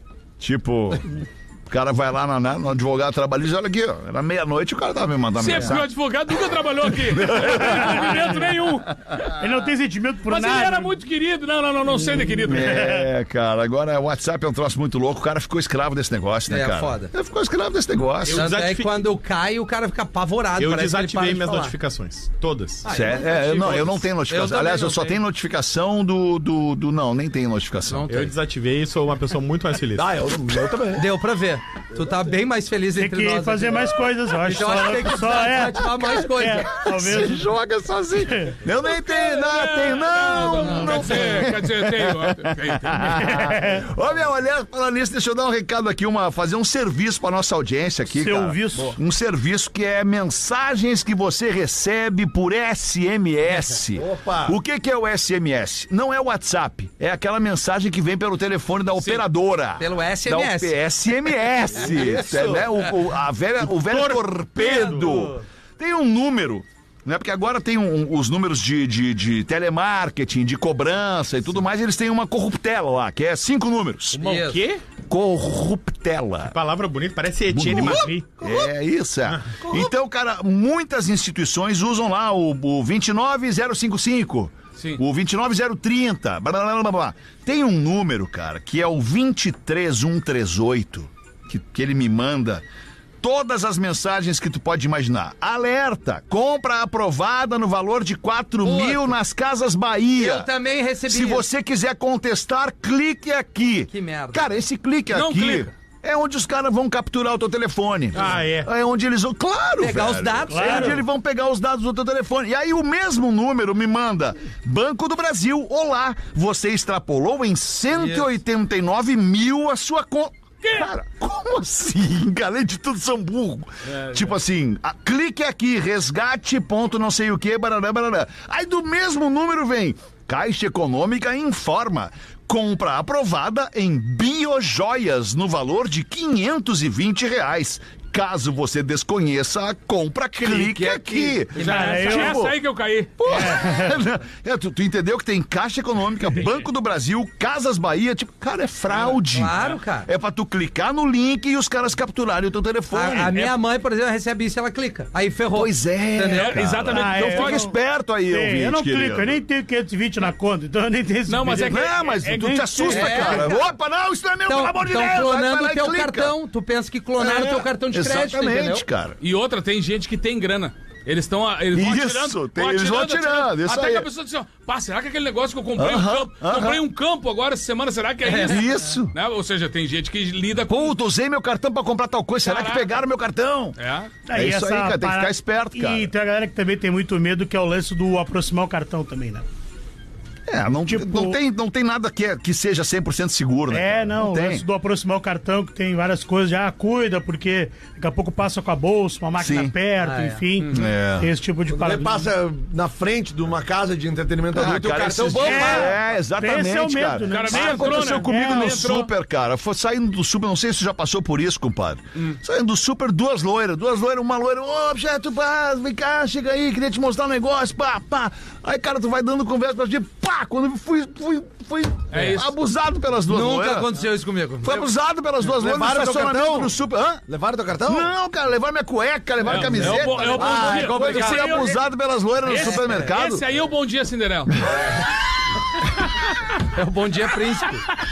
Tipo, o cara vai lá na, na- no advogado trabalhista, olha aqui, ó, era meia-noite e o cara tava me mandando Sempre que o mensagem. advogado nunca trabalhou aqui. Não tem movimento nenhum. Ele não tem sentimento por Mas nada. ele era muito querido. Não, não, não, não sei de querido. É, cara, agora o WhatsApp é um troço muito louco, o cara ficou escravo desse negócio, né, É, cara? foda. Ele ficou escravo desse negócio. Eu Tanto é que desativi- quando cai, o cara fica apavorado. Eu parece que ele desativei para de minhas falar. notificações. Todas. Sério? É, eu não, eu não tenho notificação. Eu também Aliás, eu não só tenho. tenho notificação do, do, do- Não, nem tenho notificação. Não Eu tem. desativei e sou uma pessoa muito mais feliz. Ah, eu, eu também. Deu pra ver. Tu tá bem mais feliz Tem entre que nós. fazer aqui. mais coisas, eu acho. Então acho que tem que só, só é. desativar mais coisas. É, talvez. Se joga sozinho. Eu nem tenho nada, tenho não. Não, não quer dizer, quer dizer, tem. ó, tem, tem. Ô, meu, aliás, falando nisso, deixa eu dar um recado aqui, uma, fazer um serviço pra nossa audiência aqui, cara. Serviço. Um serviço que é mensagens que você recebe por S M S. Opa. O que que é o S M S? Não é o WhatsApp, é aquela mensagem que vem pelo telefone da operadora. Pelo S M S. Da S M S. é, né? o, o, a velha, o velho torpedo. Tem um número, né? Porque agora tem um- os números de, de, de telemarketing, de cobrança e tudo mais, eles têm uma corruptela lá, que é cinco números. Uma o quê? Corruptela. Palavra bonita, parece Etienne Macri. É isso, é. Então, cara, muitas instituições usam lá o, o vinte e nove zero cinquenta e cinco. Sim. O vinte e nove zero trinta. Blá, blá, blá, blá, blá. Tem um número, cara, que é o vinte e três mil cento e trinta e oito. que, que ele me manda todas as mensagens que tu pode imaginar. Alerta, compra aprovada no valor de quatro mil nas Casas Bahia. Eu também recebi. Se você quiser contestar, clique aqui. Que merda. Cara, esse clique Não aqui clica. é onde os caras vão capturar o teu telefone. Ah, é? É onde eles vão... Claro, Pegar velho. os dados, É claro. onde eles vão pegar os dados do teu telefone. E aí o mesmo número me manda Banco do Brasil. Olá, você extrapolou em cento e oitenta e nove mil a sua conta. Cara, como assim? Além de tudo, são burro. É, tipo é. assim, a, clique aqui, resgate, ponto não sei o que, barará, barará. Aí do mesmo número vem, Caixa Econômica informa, compra aprovada em Biojoias no valor de quinhentos e vinte reais. Caso você desconheça a compra, clique aqui. Já, eu- é essa aí que eu caí. É. É, tu, tu entendeu que tem Caixa Econômica, Banco do Brasil, Casas Bahia, tipo, cara, é fraude. Claro, cara. É pra tu clicar no link e os caras capturarem o teu telefone. A, a minha mãe, por exemplo, recebe isso e ela clica. Aí ferrou. Pois é, Entendeu? cara. Exatamente. Ah, Então é, Fica pode- esperto aí, Tem, ouvinte, eu não querido. clico, eu nem tenho quinhentos e vinte na conta, então eu nem tenho esse Não, mas é perigo. que- Não, mas É, tu é, te assusta, é, cara. Opa, não, isso não é meu, Então, pelo amor de então Deus. Aí clonando vai lá o e teu clica. cartão. Tu pensa que clonaram o É, teu cartão de crédito, exatamente, entendeu? cara. E outra, tem gente que tem grana. Eles estão eles vão Isso, atirando, tem- eles vão atirando, isso até aí. que a pessoa diz assim, ó, pá, será que aquele negócio que eu comprei um Aham, campo, aham. comprei um campo agora essa semana, será que é isso? Isso. Né? Ou seja, tem gente que lida com... Puta, usei meu cartão pra comprar tal coisa. Será que Caraca. pegaram meu cartão? É. É isso aí, cara, tem que para- ficar esperto, cara. E tem a galera que também tem muito medo, que é o lance do aproximar o cartão também, né? É, não, Tipo- não, tem, não tem nada que, é- que seja cem por cento seguro, né? É, cara? não, o tem. lance do aproximar o cartão, que tem várias coisas, já cuida, porque daqui a pouco passa com a bolsa, uma máquina Sim. perto, Ah, é. enfim. É. Tem esse tipo de Quando parada. ele passa na frente de uma casa de entretenimento Ah, adulto, cara, o cartão esses bomba. dias- É, exatamente, Esse é o medo, cara. né? O cara Isso nem entrou, aconteceu né? comigo É, no nem entrou. super, cara. Foi saindo do super, não sei se tu já passou por isso, compadre. Saindo do super, duas loiras, duas loiras, uma loira, ô, objeto, pá, vem cá, chega aí, queria te mostrar um negócio, pá, pá. Aí, cara, tu vai dando conversa pra ti, pá, quando eu fui, fui, fui É isso. abusado pelas duas Nunca loiras. aconteceu isso comigo. Foi abusado pelas duas loiras no Levaram teu estacionamento cartão? do super. Hã? Levaram teu cartão? Não, cara, levaram minha cueca, levaram É, camiseta. é o bom- é o bom ah, dia. é complicado. Esse Fui aí é o- abusado pelas loiras no Esse- supermercado. Esse aí é o Bom Dia, Cinderela. É o Bom Dia Príncipe.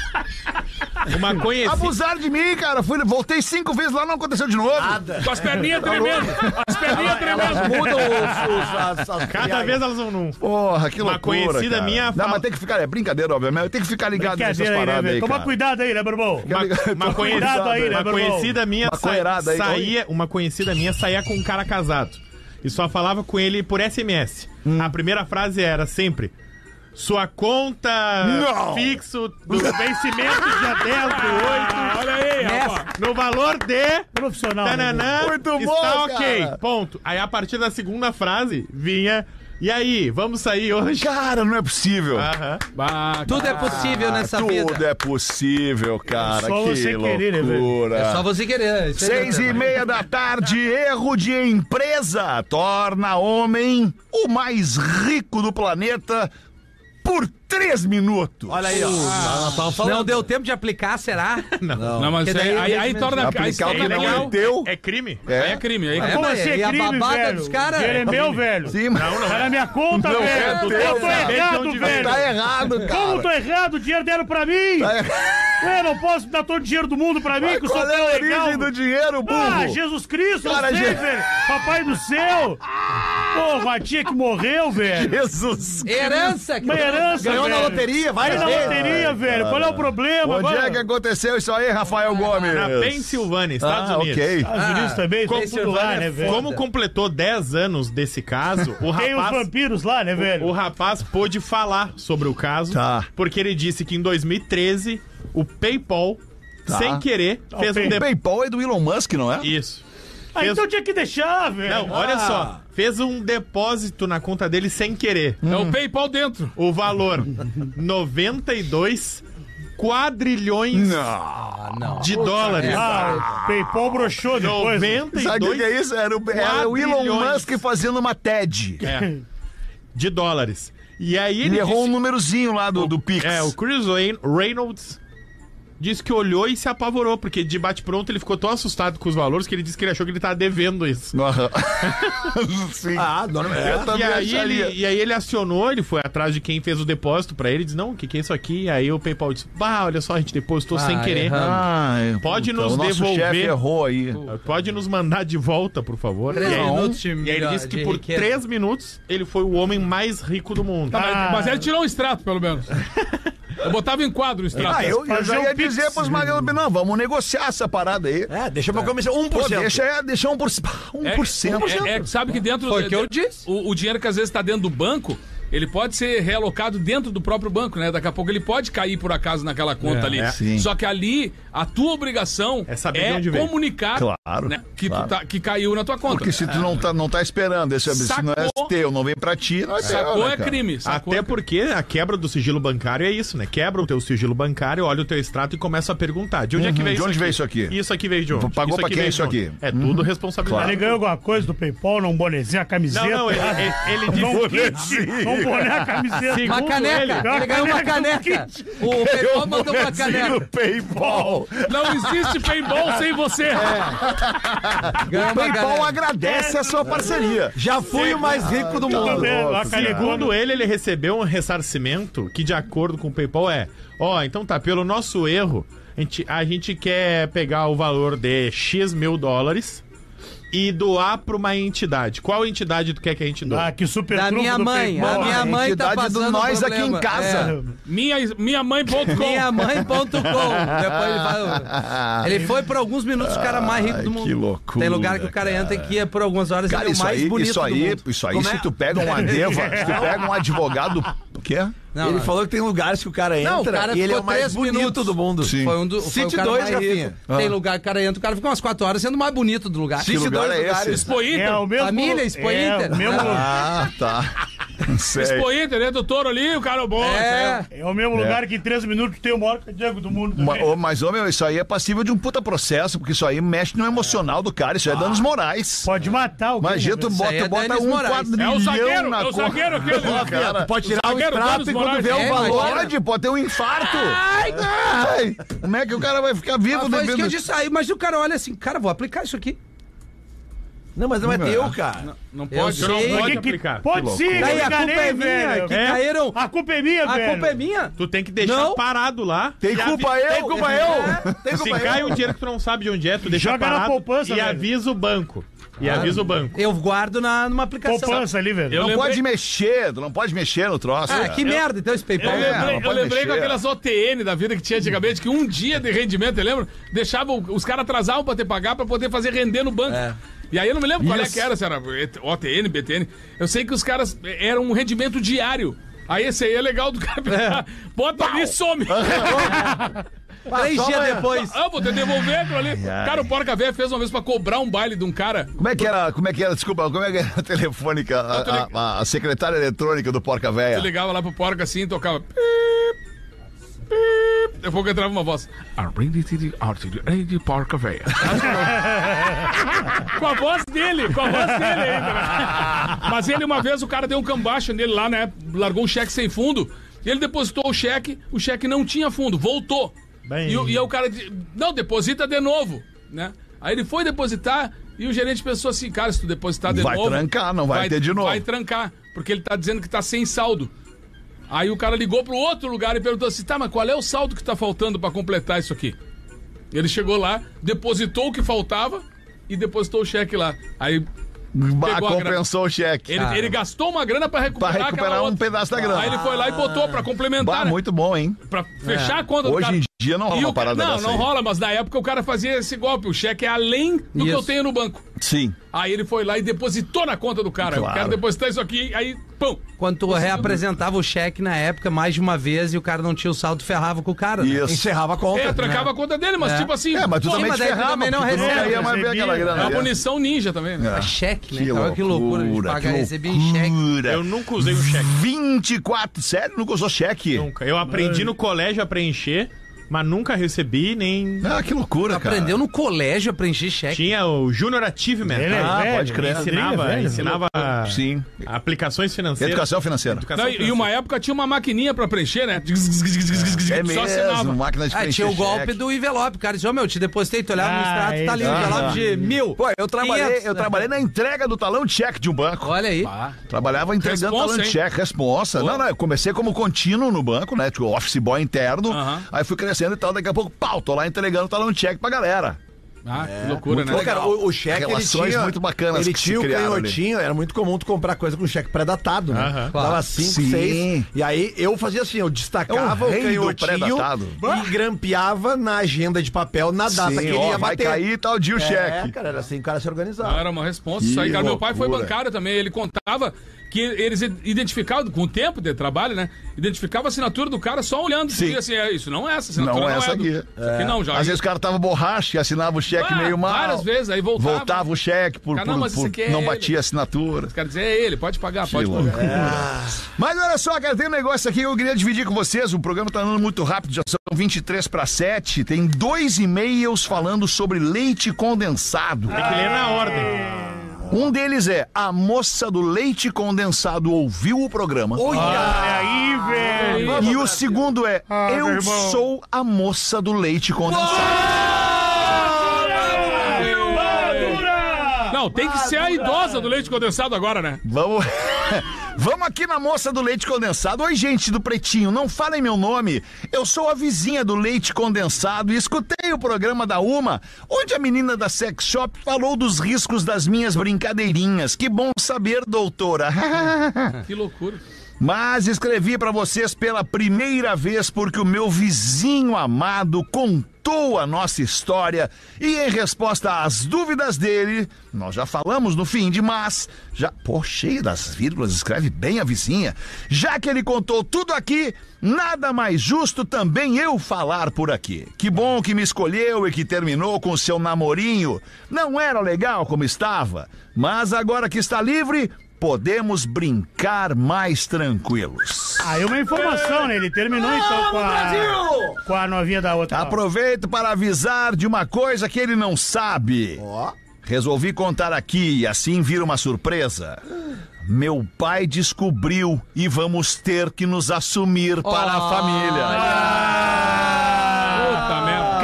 Uma conhecida. Abusaram de mim, cara. Fui, voltei cinco vezes lá, não aconteceu de novo. Nada. Com as perninhas tremendo. As perninhas tremendo. Mudam os, os, as, as Cada vez elas vão num. Porra, que Uma loucura, conhecida cara. minha Não, fala- mas tem que ficar, é brincadeira, obviamente. Tem que ficar ligado nessas Brincadeira aí, né, paradas velho? aí, Toma cara. cuidado aí, né, meu irmão? Uma, uma, conhecida, Cuidado aí, né, uma meu irmão? conhecida minha sa- Maconheirada aí, saía, uma conhecida minha saía com um cara casado e só falava com ele por S M S. Hum. A primeira frase era sempre: sua conta Não. fixo do vencimento dia dez do oito, Olha aí, rapaz. no valor de Profissional. né, velho? tananã, Muito bom, está ok, cara. ponto. Aí a partir da segunda frase vinha: e aí, vamos sair hoje? Cara, não é possível. Aham. Bah, Tudo é possível nessa Tudo vida. é possível, cara. É só que você querer, né, velho? loucura. É só você querer. Isso aí Seis não e tem- meia da tarde, erro de empresa torna homem o mais rico do planeta por três minutos. Olha aí, ó. Nós estamos falando. Não deu tempo de aplicar, será? Não, mas Porque aí, daí aí, aí eles torna... Aí aplicar o é que não legal. é teu. É crime? É. Aí é crime. Aí é É, crime. Como mas assim é e a crime, babada velho? dos caras? Dinheiro é meu, velho. Sim, mas Tá na minha conta, Não, velho. é teu, Eu tô cara. errado, Onde velho. tá errado, cara. Como tô errado? O dinheiro deram pra mim. Ué, não posso dar todo o dinheiro do mundo pra mim, Mas que eu sou qual é tão a legal. origem do dinheiro, burro? Ah, Jesus Cristo, Cara, eu sei, Je- velho. Papai do céu. Porra, a tia que morreu, velho. Jesus. Herança. Uma herança, Ganhou na velho. loteria, vai Vai na ver. loteria, velho. Qual é o problema? Onde Agora- é que aconteceu isso aí, Rafael Gomes? Na Pensilvânia, Estados Ah, Unidos. ok. Estados Unidos também, como- tem tudo lá, né, velho? Como completou dez anos desse caso, o Tem os rapaz, vampiros lá, né, velho? o rapaz pôde falar sobre o caso, Tá. porque ele disse que em dois mil e treze o PayPal, Tá. sem querer, fez Ok. um O depósito. PayPal é do Elon Musk, não é? Isso. Ah, Fez- então tinha que deixar, velho. Não, olha só. Fez um depósito na conta dele sem querer. É o PayPal dentro. O valor: noventa e dois quadrilhões Não. de dólares. Ah, o PayPal broxou depois. noventa e Sabe o que dois é isso? Era o, era o Elon quadrilhões. Musk fazendo uma TED. é, de dólares. E aí ele Ele errou um disse- númerozinho lá do, do Pix. É, o Chris Reyn- Reynolds disse que olhou e se apavorou, porque de bate-pronto ele ficou tão assustado com os valores que ele disse que ele achou que ele tava devendo isso. Sim. Ah, não, é. E aí, ele, e aí ele acionou, ele foi atrás de quem fez o depósito pra ele e disse, não, o que, que é isso aqui? E aí o PayPal disse, bah, olha só, a gente depositou Ah, sem querer. erramos. Ai, Pode puta, nos o nosso devolver. chefe errou aí. Pode nos mandar de volta, por favor. Três e aí, minutos de e aí ele disse que de por riqueza. três minutos ele foi o homem mais rico do mundo. Tá, mas, Ah. mas ele tirou um extrato, pelo menos. Eu botava em quadro o extrato. Ah, eu, eu Fazer já um ia pix. dizer pros Mariano, não, vamos negociar essa parada aí. É, deixa pra começar um por Pô, cento. deixa, é, deixa um por cento. Um por cento. É, é, sabe que dentro... Foi o que eu disse. O, o dinheiro que às vezes está dentro do banco, ele pode ser realocado dentro do próprio banco, né? Daqui a pouco ele pode cair por acaso naquela conta ali. é. Sim. Só que ali, a tua obrigação É saber de onde vem. comunicar Claro, né, que, claro. Tu tá, que caiu na tua conta. Porque se tu não tá, não tá esperando, esse se não é Sacou. teu, não vem pra ti, não é teu, Sacou né, é cara? crime. Sacou Até é crime. porque a quebra do sigilo bancário é isso, né? Quebra o teu sigilo bancário, olha o teu extrato e começa a perguntar. De onde é que Uhum, veio de isso onde aqui? veio isso aqui? Isso aqui veio de onde? Pagou Isso pra aqui quem veio isso de onde? aqui? É tudo responsabilidade. Ele ganhou alguma coisa do PayPal, um bonezinho, a camiseta. Não, não, ele, ele, ele disse que... Um boné, a camiseta. Segundo Uma caneca. ele- Ele, ganhou uma caneca. O PayPal mandou uma caneca. PayPal. Não existe paintball sem você. Ganhou O uma PayPal caneca. agradece a sua parceria. Já fui o mais rico do mundo. A canegona. Segundo ele, ele recebeu um ressarcimento que, de acordo com o PayPal, é: ó, então tá, pelo nosso erro, a gente, a gente quer pegar o valor de X mil dólares e doar pra uma entidade. Qual entidade tu quer que a gente doe? Ah, que super Da trunfo minha do mãe. PayPal. A minha mãe tá entidade do passando nós aqui problema. em casa. Minha, minha mãe ponto com. É. Minha mãe ponto com. Depois ele vai. Ele foi por alguns minutos o cara mais rico do Ai, mundo. que loucura, Tem lugar que o cara, entra que é por algumas horas Cara, ele é o isso mais aí, bonito isso do aí, mundo. isso aí, Como se é? tu pega um adeva, se tu pega um advogado, o quê? Não, Ele não. falou que tem lugares que o cara entra Não, o cara e ele é ficou o mais três bonito minutos. do mundo. Sim. Foi um do, foi City o cara dois, mais Rafinha. rico. Ah. Tem lugar que o cara entra, o cara fica umas quatro horas sendo o mais bonito do lugar. Que City lugar dois é lugares. esse? Expo Inter. É o mesmo. Família, Expo é, Inter. o mesmo, Ah, tá. Sei. Expo Inter, dentro do touro ali, o cara bom. É. é o mesmo lugar que em três minutos tem o maior Diego do mundo. Ma- também. ô, Mas, ô, meu, isso aí é passível de um puta processo, porque isso aí mexe no emocional do cara, isso aí é danos morais. Pode matar alguém. Imagina, tu né, bota, aí é bota Denis um Moraes. quadrilhão É o zagueiro, na é o conta. zagueiro aquele. Pô, cara, Pode tirar o zagueiro extrato Danos e quando Moraes. vê o É, valor. imagina. Pode, pode ter um infarto. Ai, como é que o cara vai ficar vivo Ah, foi isso que eu devendo? disse aí, mas o cara olha assim, cara, vou aplicar isso aqui. Não, mas não é Não é. teu, cara. Não Eu pode, sei. não Por pode que que- aplicar. Pode Que sim, loucura. Daí eu a culpa enganei, é minha, velho. que É? caíram. A culpa é minha, A velho. culpa é minha. Tu tem que deixar Não. parado lá. Tem E culpa avi- eu? Tem culpa eu? Tem Se culpa cai eu? um dinheiro que tu não sabe de onde é, tu deixa Joga na parado poupança, e velho. avisa o banco. E avisa o banco. Eu guardo na, numa aplicação. Poupança ali, velho. Eu Não lembrei- pode mexer, tu não pode mexer no troço. Ah, cara. que merda, então esse Eu PayPal. É, lembrei, não eu pode lembrei com mexer. aquelas O T N da vida que tinha antigamente, que um dia de rendimento, eu lembro, deixavam, os caras atrasavam pra ter pagar pra poder fazer render no banco. É. E aí eu não me lembro qual é Isso. que era, se era O T N, B T N. Eu sei que os caras eram um rendimento diário. Aí esse aí é legal do cara pegar, bota ali e some. Três dias depois. Ah, vou ter que devolver aquilo ali. Cara, o Porca Véia fez uma vez pra cobrar um baile de um cara. Como é que era, como é que era, desculpa, como é que era a telefônica, a, tô lig- a- a secretária eletrônica do Porca Véia? Eu ligava lá pro Porca assim e tocava. Pip, pip. Daqui a pouco entrava uma voz. de Porca Véia. Com a voz dele, com a voz dele ainda, né? Mas ele, uma vez, o cara deu um cambacho nele lá, né? Largou um cheque sem fundo. E ele depositou o cheque, o cheque não tinha fundo, voltou. Bem. E, o- e aí o cara disse, não, deposita de novo, né? Aí ele foi depositar e o gerente pensou assim, cara, se tu depositar de Vai novo... trancar, não vai ter de novo. Vai trancar, porque ele tá dizendo que tá sem saldo. Aí o cara ligou pro outro lugar e perguntou assim, tá, mas qual é o saldo que tá faltando pra completar isso aqui? Ele chegou lá, depositou o que faltava e depositou o cheque lá. Aí Bah, pegou a compensou o cheque. ele, ele gastou uma grana pra recuperar, Pra recuperar aquela um outra. pedaço da grana. Aí ele foi lá e botou pra complementar, Bah, né? muito bom, hein? Pra fechar a conta do Hoje cara. em dia não rola E o uma parada cara- Não, dessa não aí. rola, mas na época o cara fazia esse golpe. O cheque é além do que Isso. eu tenho no banco. Sim. Aí ele foi lá e depositou na conta do cara. Eu Claro. quero depositar isso aqui, aí, pum. Quando tu reapresentava o cheque na época mais de uma vez e o cara não tinha o saldo, ferrava com o cara. né? Isso. Encerrava a conta. É, eu trancava a conta dele, mas É. tipo assim. É, mas tu pô, também mas te daí tu ferrava, também não porque tu não recebe, ia mais ver recebia. aquela É grana uma ali. munição ninja também, né? É cheque, né? Que Então, que loucura de loucura, pagar, que receber em cheque. loucura. Eu nunca usei um cheque. vinte e quatro, sério? Nunca usou cheque? Nunca. Eu aprendi no colégio a preencher mas nunca recebi nem... Ah, que loucura, cara. Aprendeu no colégio a preencher cheque. Tinha o Junior Achievement. Ele é Ah, velho, pode crer. Ensinava, Ele é velho. ensinava Sim. aplicações financeiras. Educação financeira. Não, e, e uma época tinha uma maquininha pra preencher, né? É Só mesmo, assinava. máquina de Ah, preencher tinha o golpe cheque. do envelope. O cara disse, ô meu, te depositei, tu olhava no Ah, extrato, tá ali o isso. envelope Ah. de mil. Pô, eu trabalhei, quinhentos, eu né? trabalhei na entrega do talão de cheque de um banco. Olha aí. Trabalhava entregando Responsa, talão de hein? cheque, responsa. Não, não, eu comecei como contínuo no banco, né? Tipo, office boy interno. Aham. Aí fui crescendo e tal, daqui a pouco, pau, tô lá entregando talão de cheque pra galera. Ah, que loucura, muito né? Pô, cara, o, o cheque ele Relações tinha, muito bacanas ele que se tinha o criaram canhotinho, era muito comum tu comprar coisa com cheque pré-datado, né? Aham. Dava cinco, Sim. seis. E aí eu fazia assim, eu destacava É o o rei do canhotinho pré-datado. e grampeava na agenda de papel na data Sim, que ele ó, ia vai bater. cair tal dia o É, cheque. cara, era assim, o cara se Não, organizava. era uma resposta. Que Isso aí, cara. Meu pai foi loucura. bancário também. Ele contava que eles identificavam, com o tempo de trabalho, né? Identificava a assinatura do cara só olhando. Sim. Dizia assim, é, isso não é essa assinatura. Não é Não, essa é do... aqui. Isso aqui não, já. Às vezes o cara tava borracha e assinava o cheque Ah, meio mal. várias vezes, aí voltava. Voltava o cheque por, Cara, não, por- mas por- esse aqui é não ele. batia a assinatura. Os caras diziam, é ele, pode pagar, pode loucura. pagar. Mas olha só, cara, tem um negócio aqui que eu queria dividir com vocês. O programa tá andando muito rápido, já são vinte e três para sete. Tem dois e-mails falando sobre leite condensado. Tem que ler na ordem. Um deles é: a moça do leite condensado ouviu o programa. Olha aí, velho. E o segundo é: Ah, meu eu irmão. sou a moça do leite condensado. Não, tem que ser a idosa do leite condensado agora, né? Vamos. Vamos aqui na moça do leite condensado. Oi, gente do Pretinho, não falem meu nome. Eu sou a vizinha do leite condensado e escutei o programa da Uma, onde a menina da sex shop falou dos riscos das minhas brincadeirinhas. Que bom saber, doutora. Que loucura. Mas escrevi pra vocês pela primeira vez porque o meu vizinho amado contou a nossa história e em resposta às dúvidas dele, nós já falamos no fim de mas, já, pô, cheio das vírgulas, escreve bem a vizinha, já que ele contou tudo aqui, nada mais justo também eu falar por aqui. Que bom que me escolheu e que terminou com seu namorinho. Não era legal como estava, mas agora que está livre, podemos brincar mais tranquilos. Aí uma informação, né? Ele terminou então com a, com a novinha da outra. Aproveito para avisar de uma coisa que ele não sabe. Ó. Resolvi contar aqui e assim vira uma surpresa. Meu pai descobriu e vamos ter que nos assumir para a família. Puta merda.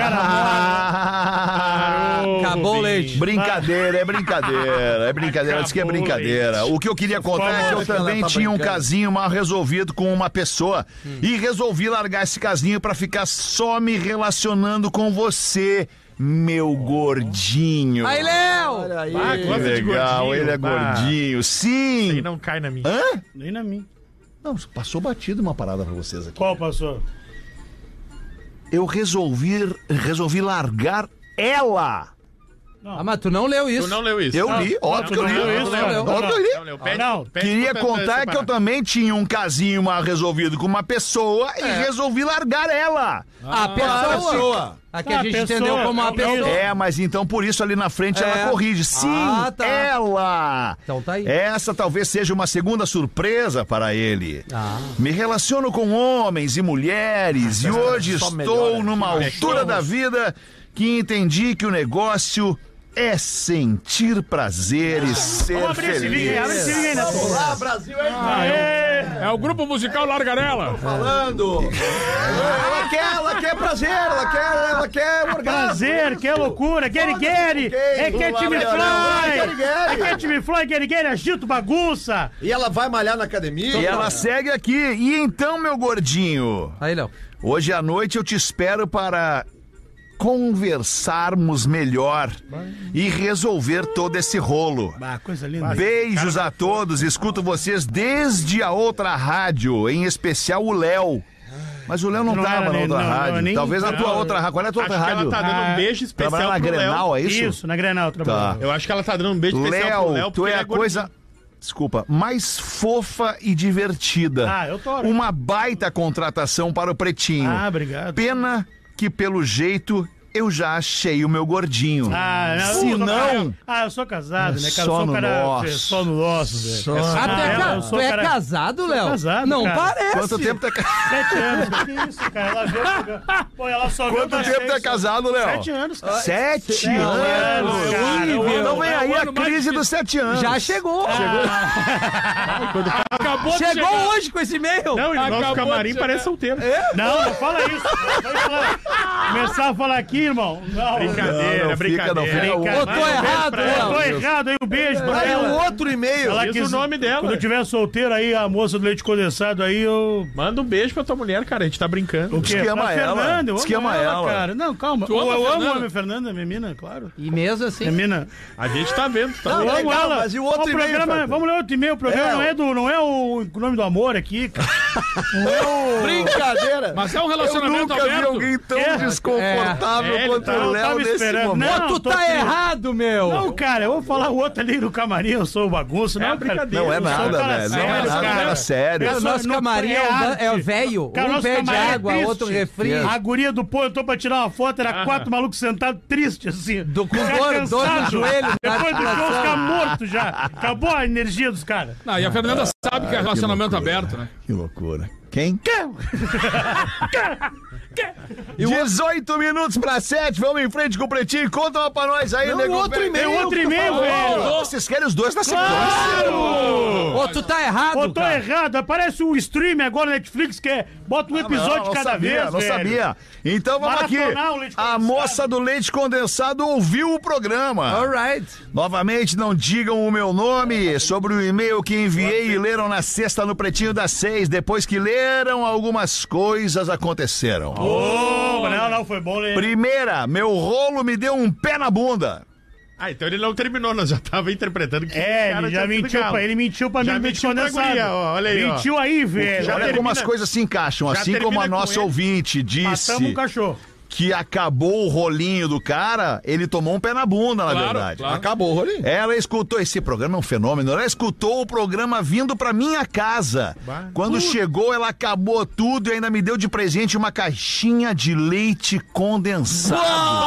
Acabou o leite. Brincadeira, é brincadeira, é brincadeira, diz que é Acabou o brincadeira. leite. O que eu queria contar é que eu que ela também tá tinha um brincando. casinho mal resolvido com uma pessoa e resolvi largar esse casinho pra ficar só me relacionando com você, meu gordinho. Aí, Léo! Olha aí. Ah, Que gosta de legal, gordinho. ele é Bah, gordinho, Aí sim. não cai na minha. Hã? Nem na minha. Não, passou batido uma parada pra vocês aqui. Qual passou? Eu resolvi, resolvi largar ela. Ah, mas tu não leu isso. Tu não leu isso. Eu Não, li, óbvio tu que eu não li. leu isso, Óbvio não, que eu não. li. Não leu. Pede, Não. pede Queria pra contar separar. que eu também tinha um casinho mal resolvido com uma pessoa e resolvi largar ela. A pessoa. Aqui a Ah, gente pessoa, entendeu como é uma o- pessoa. É, mas então por isso ali na frente É. ela corrige. Sim, Ah, tá. ela. Então tá aí. Essa talvez seja uma segunda surpresa para ele. Ah. Me relaciono com homens e mulheres e hoje só estou melhora. numa altura da vida que entendi que o negócio é sentir prazer e ser Vamos abrir esse link aí, abre esse link aí, feliz. Neto. Olá, Brasil, hein? É o grupo musical Largarela. Falando. Ela quer, ela quer prazer, ela quer, ela quer orgasmo. Prazer, que loucura, Gary Gary, é Cat Me Gary Fly, Gary. é Cat Me Fly, Gary Gary, agito bagunça. E ela vai malhar na academia. E ela segue aqui. E então, meu gordinho, Aí, Léo. hoje à noite eu te espero para conversarmos melhor e resolver todo esse rolo. Ah, coisa linda. Beijos a todos, escuto vocês desde a outra rádio, em especial o Léo. Mas o Léo não Não tava era na nem- outra não, rádio. não, nem- Talvez na tua não, outra rádio. Qual é a tua Acho outra que ela rádio? tá dando Ah, um beijo especial Trabalha na pro Grenal, Léo. é isso? Isso, na Grenal, Tá. trabalhando. Eu acho que ela tá dando um beijo especial pro Léo. Léo, tu porque é ele a coisa, gordinho. desculpa, mais fofa e divertida. Ah, eu tô. Uma baita contratação para o Pretinho. Ah, obrigado. Pena que, pelo jeito, eu já achei o meu gordinho. Ah, não, Se eu sou não... cara- Ah, eu sou casado, né, cara? Só eu sou no um cara. nosso. Só no nosso, velho. Ah, tu é, Ah, ca- eu sou tu é cara- casado, Léo? casado, Não cara. parece. Quanto tempo tu é casado? Sete anos, cara. Que isso, cara? Ela vê o programa. Pô, ela só vê Quanto o tempo tu é seis, casado, Léo? Sete anos, cara. Sete Sete anos, anos, cara. Então Eu- vem é o aí a ano mais crise difícil. dos sete anos. Já chegou. Acabou de Chegou chegar. hoje com esse e-mail. Não, e no nosso Acabou camarim de chegar. parece solteiro. Não, não fala isso. Vai falar- Começar a falar aqui, irmão. Não, Brincadeira, Não, não brincadeira. fica, não fica. Ô, tô errado, pra Eu Léo. tô errado aí, um beijo pra Aí um ela. outro e-mail. Ela Diz quis- o nome dela. Quando eu tiver solteiro aí, a moça do leite condensado aí, eu... Manda um beijo pra tua mulher, cara. A gente tá brincando. O quê? Diz que ama Pra ela. Fernanda, eu Diz que amo ama ela. cara. Não, calma. Tu Eu, ama a eu amo Fernanda? a minha Fernanda, minha mina, claro. E mesmo assim. Minha mina. A gente tá vendo, tá Não, Eu vendo? amo legal, ela. mas e o outro Ó, e-mail, programa, Fernanda? vamos ler outro e-mail. O programa É, não é, do, não é o, o nome do amor aqui, cara. Não é o... Brincadeira. Mas é um Eu relacionamento nunca vi aberto. alguém tão É. desconfortável É. É, quanto ele o tava Léo nesse esperando. momento. Não, Tu tô tá triste. errado, meu. Não, cara, eu vou falar o outro ali no camarim, eu sou o bagunço. É Não, uma cara. brincadeira. Não é Eu sou um nada, cara velho. Não sério, é nada, cara. cara sério. Cara, o Eu sou- nosso não- camarim é, o da- é o arte. velho. Cara, Um nosso pede camarim é água, triste. outro refri. A guria do pô, eu tô pra tirar uma foto, era quatro malucos sentados tristes, assim. Do- com Já dor- dor no cansado. joelho, Depois do show, articulação. ficar morto já. Acabou a energia dos caras. Não, e a Fernanda sabe que é relacionamento aberto, né? Que loucura. Quem? dezoito minutos pra sete, vamos em frente com o Pretinho. Conta uma pra nós aí, Não, nego. outro Pera- e-mail. Tem outro que tu e-mail, falou. velho. Vocês querem os dois na sequência? Ô, tu tá errado, Ô, tô cara. errado. Aparece o stream agora na Netflix que é. Bota um episódio Não, de não cada sabia, vez. não velho. sabia. Então vamos aqui. Maratonar o leite A condensado. moça do leite condensado ouviu o programa. Alright. Novamente, não digam o meu nome sobre o e-mail que enviei e leram na sexta no Pretinho das Seis. Depois que leram, algumas coisas aconteceram. Ô, não, não, foi bom ler. Primeira, meu rolo me deu um pé na bunda. Ah, então ele não terminou, nós já tava interpretando que É, o cara ele já tinha sido mentiu galo. pra ele, mentiu pra Já mim no leite mentiu pra condensado. guria, ó, olha aí, ó. Mentiu aí, velho. Já Olha, Olha como as termina- coisas se encaixam. já Assim como a termina com nossa ele. ouvinte disse matamos um cachorro. que acabou o rolinho do cara, ele tomou um pé na bunda, na Claro, verdade. claro. Acabou, Rolinho. Ela escutou, esse programa é um fenômeno, ela escutou o programa vindo pra minha casa. Bah. Quando chegou, ela acabou tudo e ainda me deu de presente uma caixinha de leite condensado.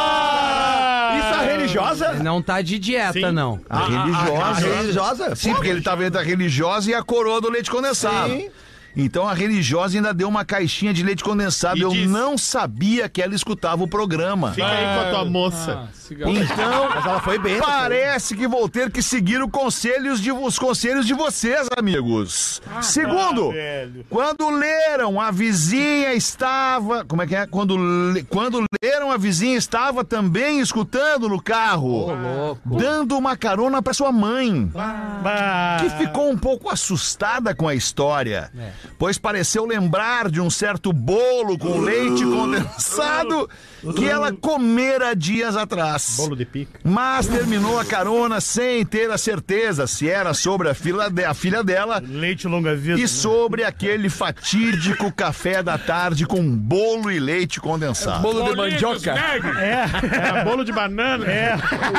Isso a religiosa? Não tá de dieta, Sim. não. A A religiosa. religiosa? Sim, porque ele tava entre a religiosa e a coroa do leite condensado. Sim. Então a religiosa ainda deu uma caixinha de leite condensado. E Eu disse- não sabia que ela escutava o programa. Fica aí com a tua moça. Ah, cigarro. Então, Mas ela foi bem. parece que vou ter que seguir o conselhos de, os conselhos de vocês, amigos. Segundo, velho. quando leram a vizinha estava... Como é que é? Quando, le- quando leram a vizinha estava também escutando no carro. louco. Dando uma carona pra sua mãe. Bah. Que ficou um pouco assustada com a história, pois pareceu lembrar de um certo bolo com leite condensado que ela comera dias atrás. Bolo de pica. Mas terminou a carona sem ter a certeza se era sobre a, fila de- a filha dela Leite longa-vida. e sobre aquele fatídico café da tarde com bolo e leite condensado. Bolo de Bolinhos, mandioca. neg. É, Era bolo de banana. é.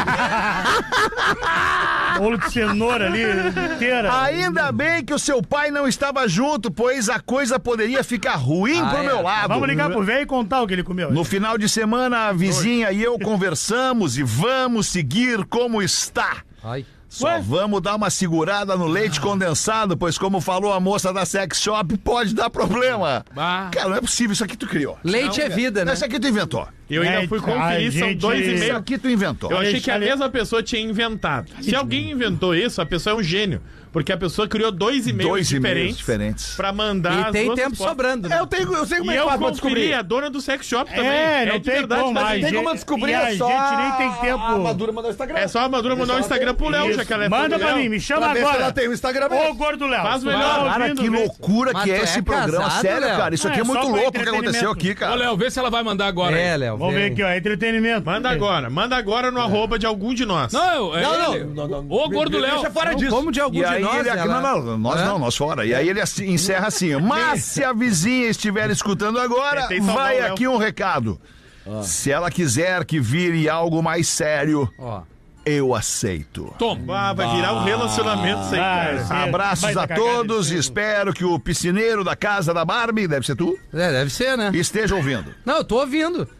Bolo de cenoura ali, inteira. Ainda bem que o seu pai não estava junto, pois a coisa poderia ficar ruim Ah, pro é. meu lado. Vamos ligar pro velho e contar o que ele comeu. No final de semana, a vizinha e eu conversamos e vamos seguir como está. Ai. Só Ué? vamos dar uma segurada no leite condensado, pois como falou a moça da sex shop, pode dar problema. Bah. Cara, não é possível, isso aqui tu criou. Leite é vida, né? Isso aqui tu inventou. Eu ainda É, fui a conferir, são gente- dois e Isso meio. aqui tu inventou. Eu achei que a Ale- mesma pessoa tinha inventado. Se alguém inventou isso, a pessoa é um gênio. Porque a pessoa criou dois e-mails Dois e-mails diferentes, diferentes. pra mandar E as tem duas tempo respostas. sobrando, né? Eu tenho, eu sei como E é que eu faz pra conferi descobrir. a dona do sex shop também. É, não de tem verdade, como, mas a Tem gente- como descobrir, e a é só gente nem tem tempo. A Madura mandar o Instagram. É só a Madura mandar um Instagram pro Léo, já que ela é fã Manda do pra Léo. mim, me chama Pra ver se agora. ela tem o Instagram Ô, mesmo. gordo Léo. Faz tu melhor. tá Cara, ouvindo, que vê- loucura Mas que é tu esse é programa. casado, Sério, Léo? cara, isso aqui é, É, só muito pra louco o que aconteceu entretenimento. aqui, Ô, cara. Léo, vê se ela vai mandar agora. É, aí. Léo. Vamos ver vem. aqui, ó, entretenimento. Manda agora, manda agora no arroba de algum de nós. Não, eu, é Não, ele. não, não, não. Ô, gordo Léo. Deixa fora Não, disso. como de algum E de aí nós, ele aqui, ela- não, não, nós Hã? não, nós fora. E aí ele assim- encerra assim, mas se a vizinha estiver escutando agora, Tentei salvar vai o Léo. aqui um recado. Se ela quiser que vire algo mais sério, Ó. eu aceito. Toma. Ah, vai virar um relacionamento sem Ah, cara. sim. Abraços Baita a cagada todos, esse- espero que o piscineiro da casa da Barbie, deve ser tu, É, deve ser, né? esteja ouvindo. Não, eu tô ouvindo.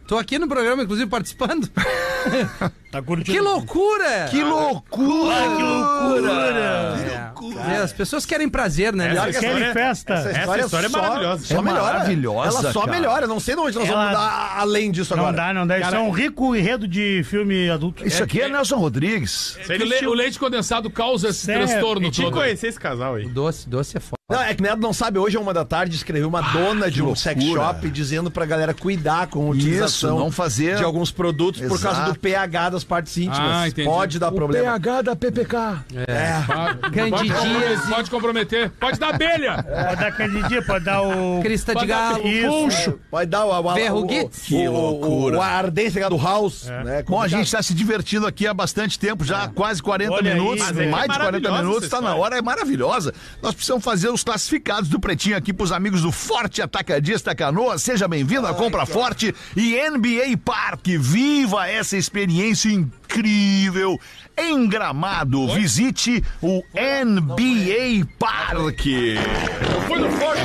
Tô aqui no programa, inclusive, participando. Tá curtindo. Que loucura! Que loucura! Que loucura! É, as pessoas querem prazer, né? Essa Eles querem história- festa. Essa história é só- maravilhosa. Só É melhora. maravilhosa, Ela só cara. melhora. Não sei de onde nós Ela- vamos dar além disso Não agora. dá, não dá. Isso é um rico enredo de filme adulto. Isso aqui é Nelson Rodrigues. É que o, le- o leite condensado causa esse Sério? transtorno E tinha que todo. conhecer esse casal aí. Doce, doce é foda. Não, é que Neto não sabe, hoje é uma da tarde, escreveu uma dona de um loucura. sex shop dizendo pra galera cuidar com a utilização Isso, não fazer- de alguns produtos por causa Exato. do pH das partes íntimas. Ah, entendi. Pode dar problema. pH da P P K. Pode, pode, Candidíase. comprometer, pode comprometer. Pode dar abelha. Pode dar candidinha, pode dar o... Crista de Pode dar galo. Isso. Puxo. Vai dar o, o, o, Verruguite. o, Que o, loucura. o, a ardência do house. Né? Bom, a gente está se divertindo aqui há bastante tempo, já quase quarenta Olha aí, minutos, mas é mais de quarenta maravilhosa minutos, essa está na história. hora, é maravilhosa. Nós precisamos fazer os classificados do Pretinho aqui para os amigos do Forte Atacadista Canoas. Seja bem-vindo à Compra Forte e N B A Parque. Viva essa experiência incrível em Gramado. Visite o N B A Parque. Foi no forte.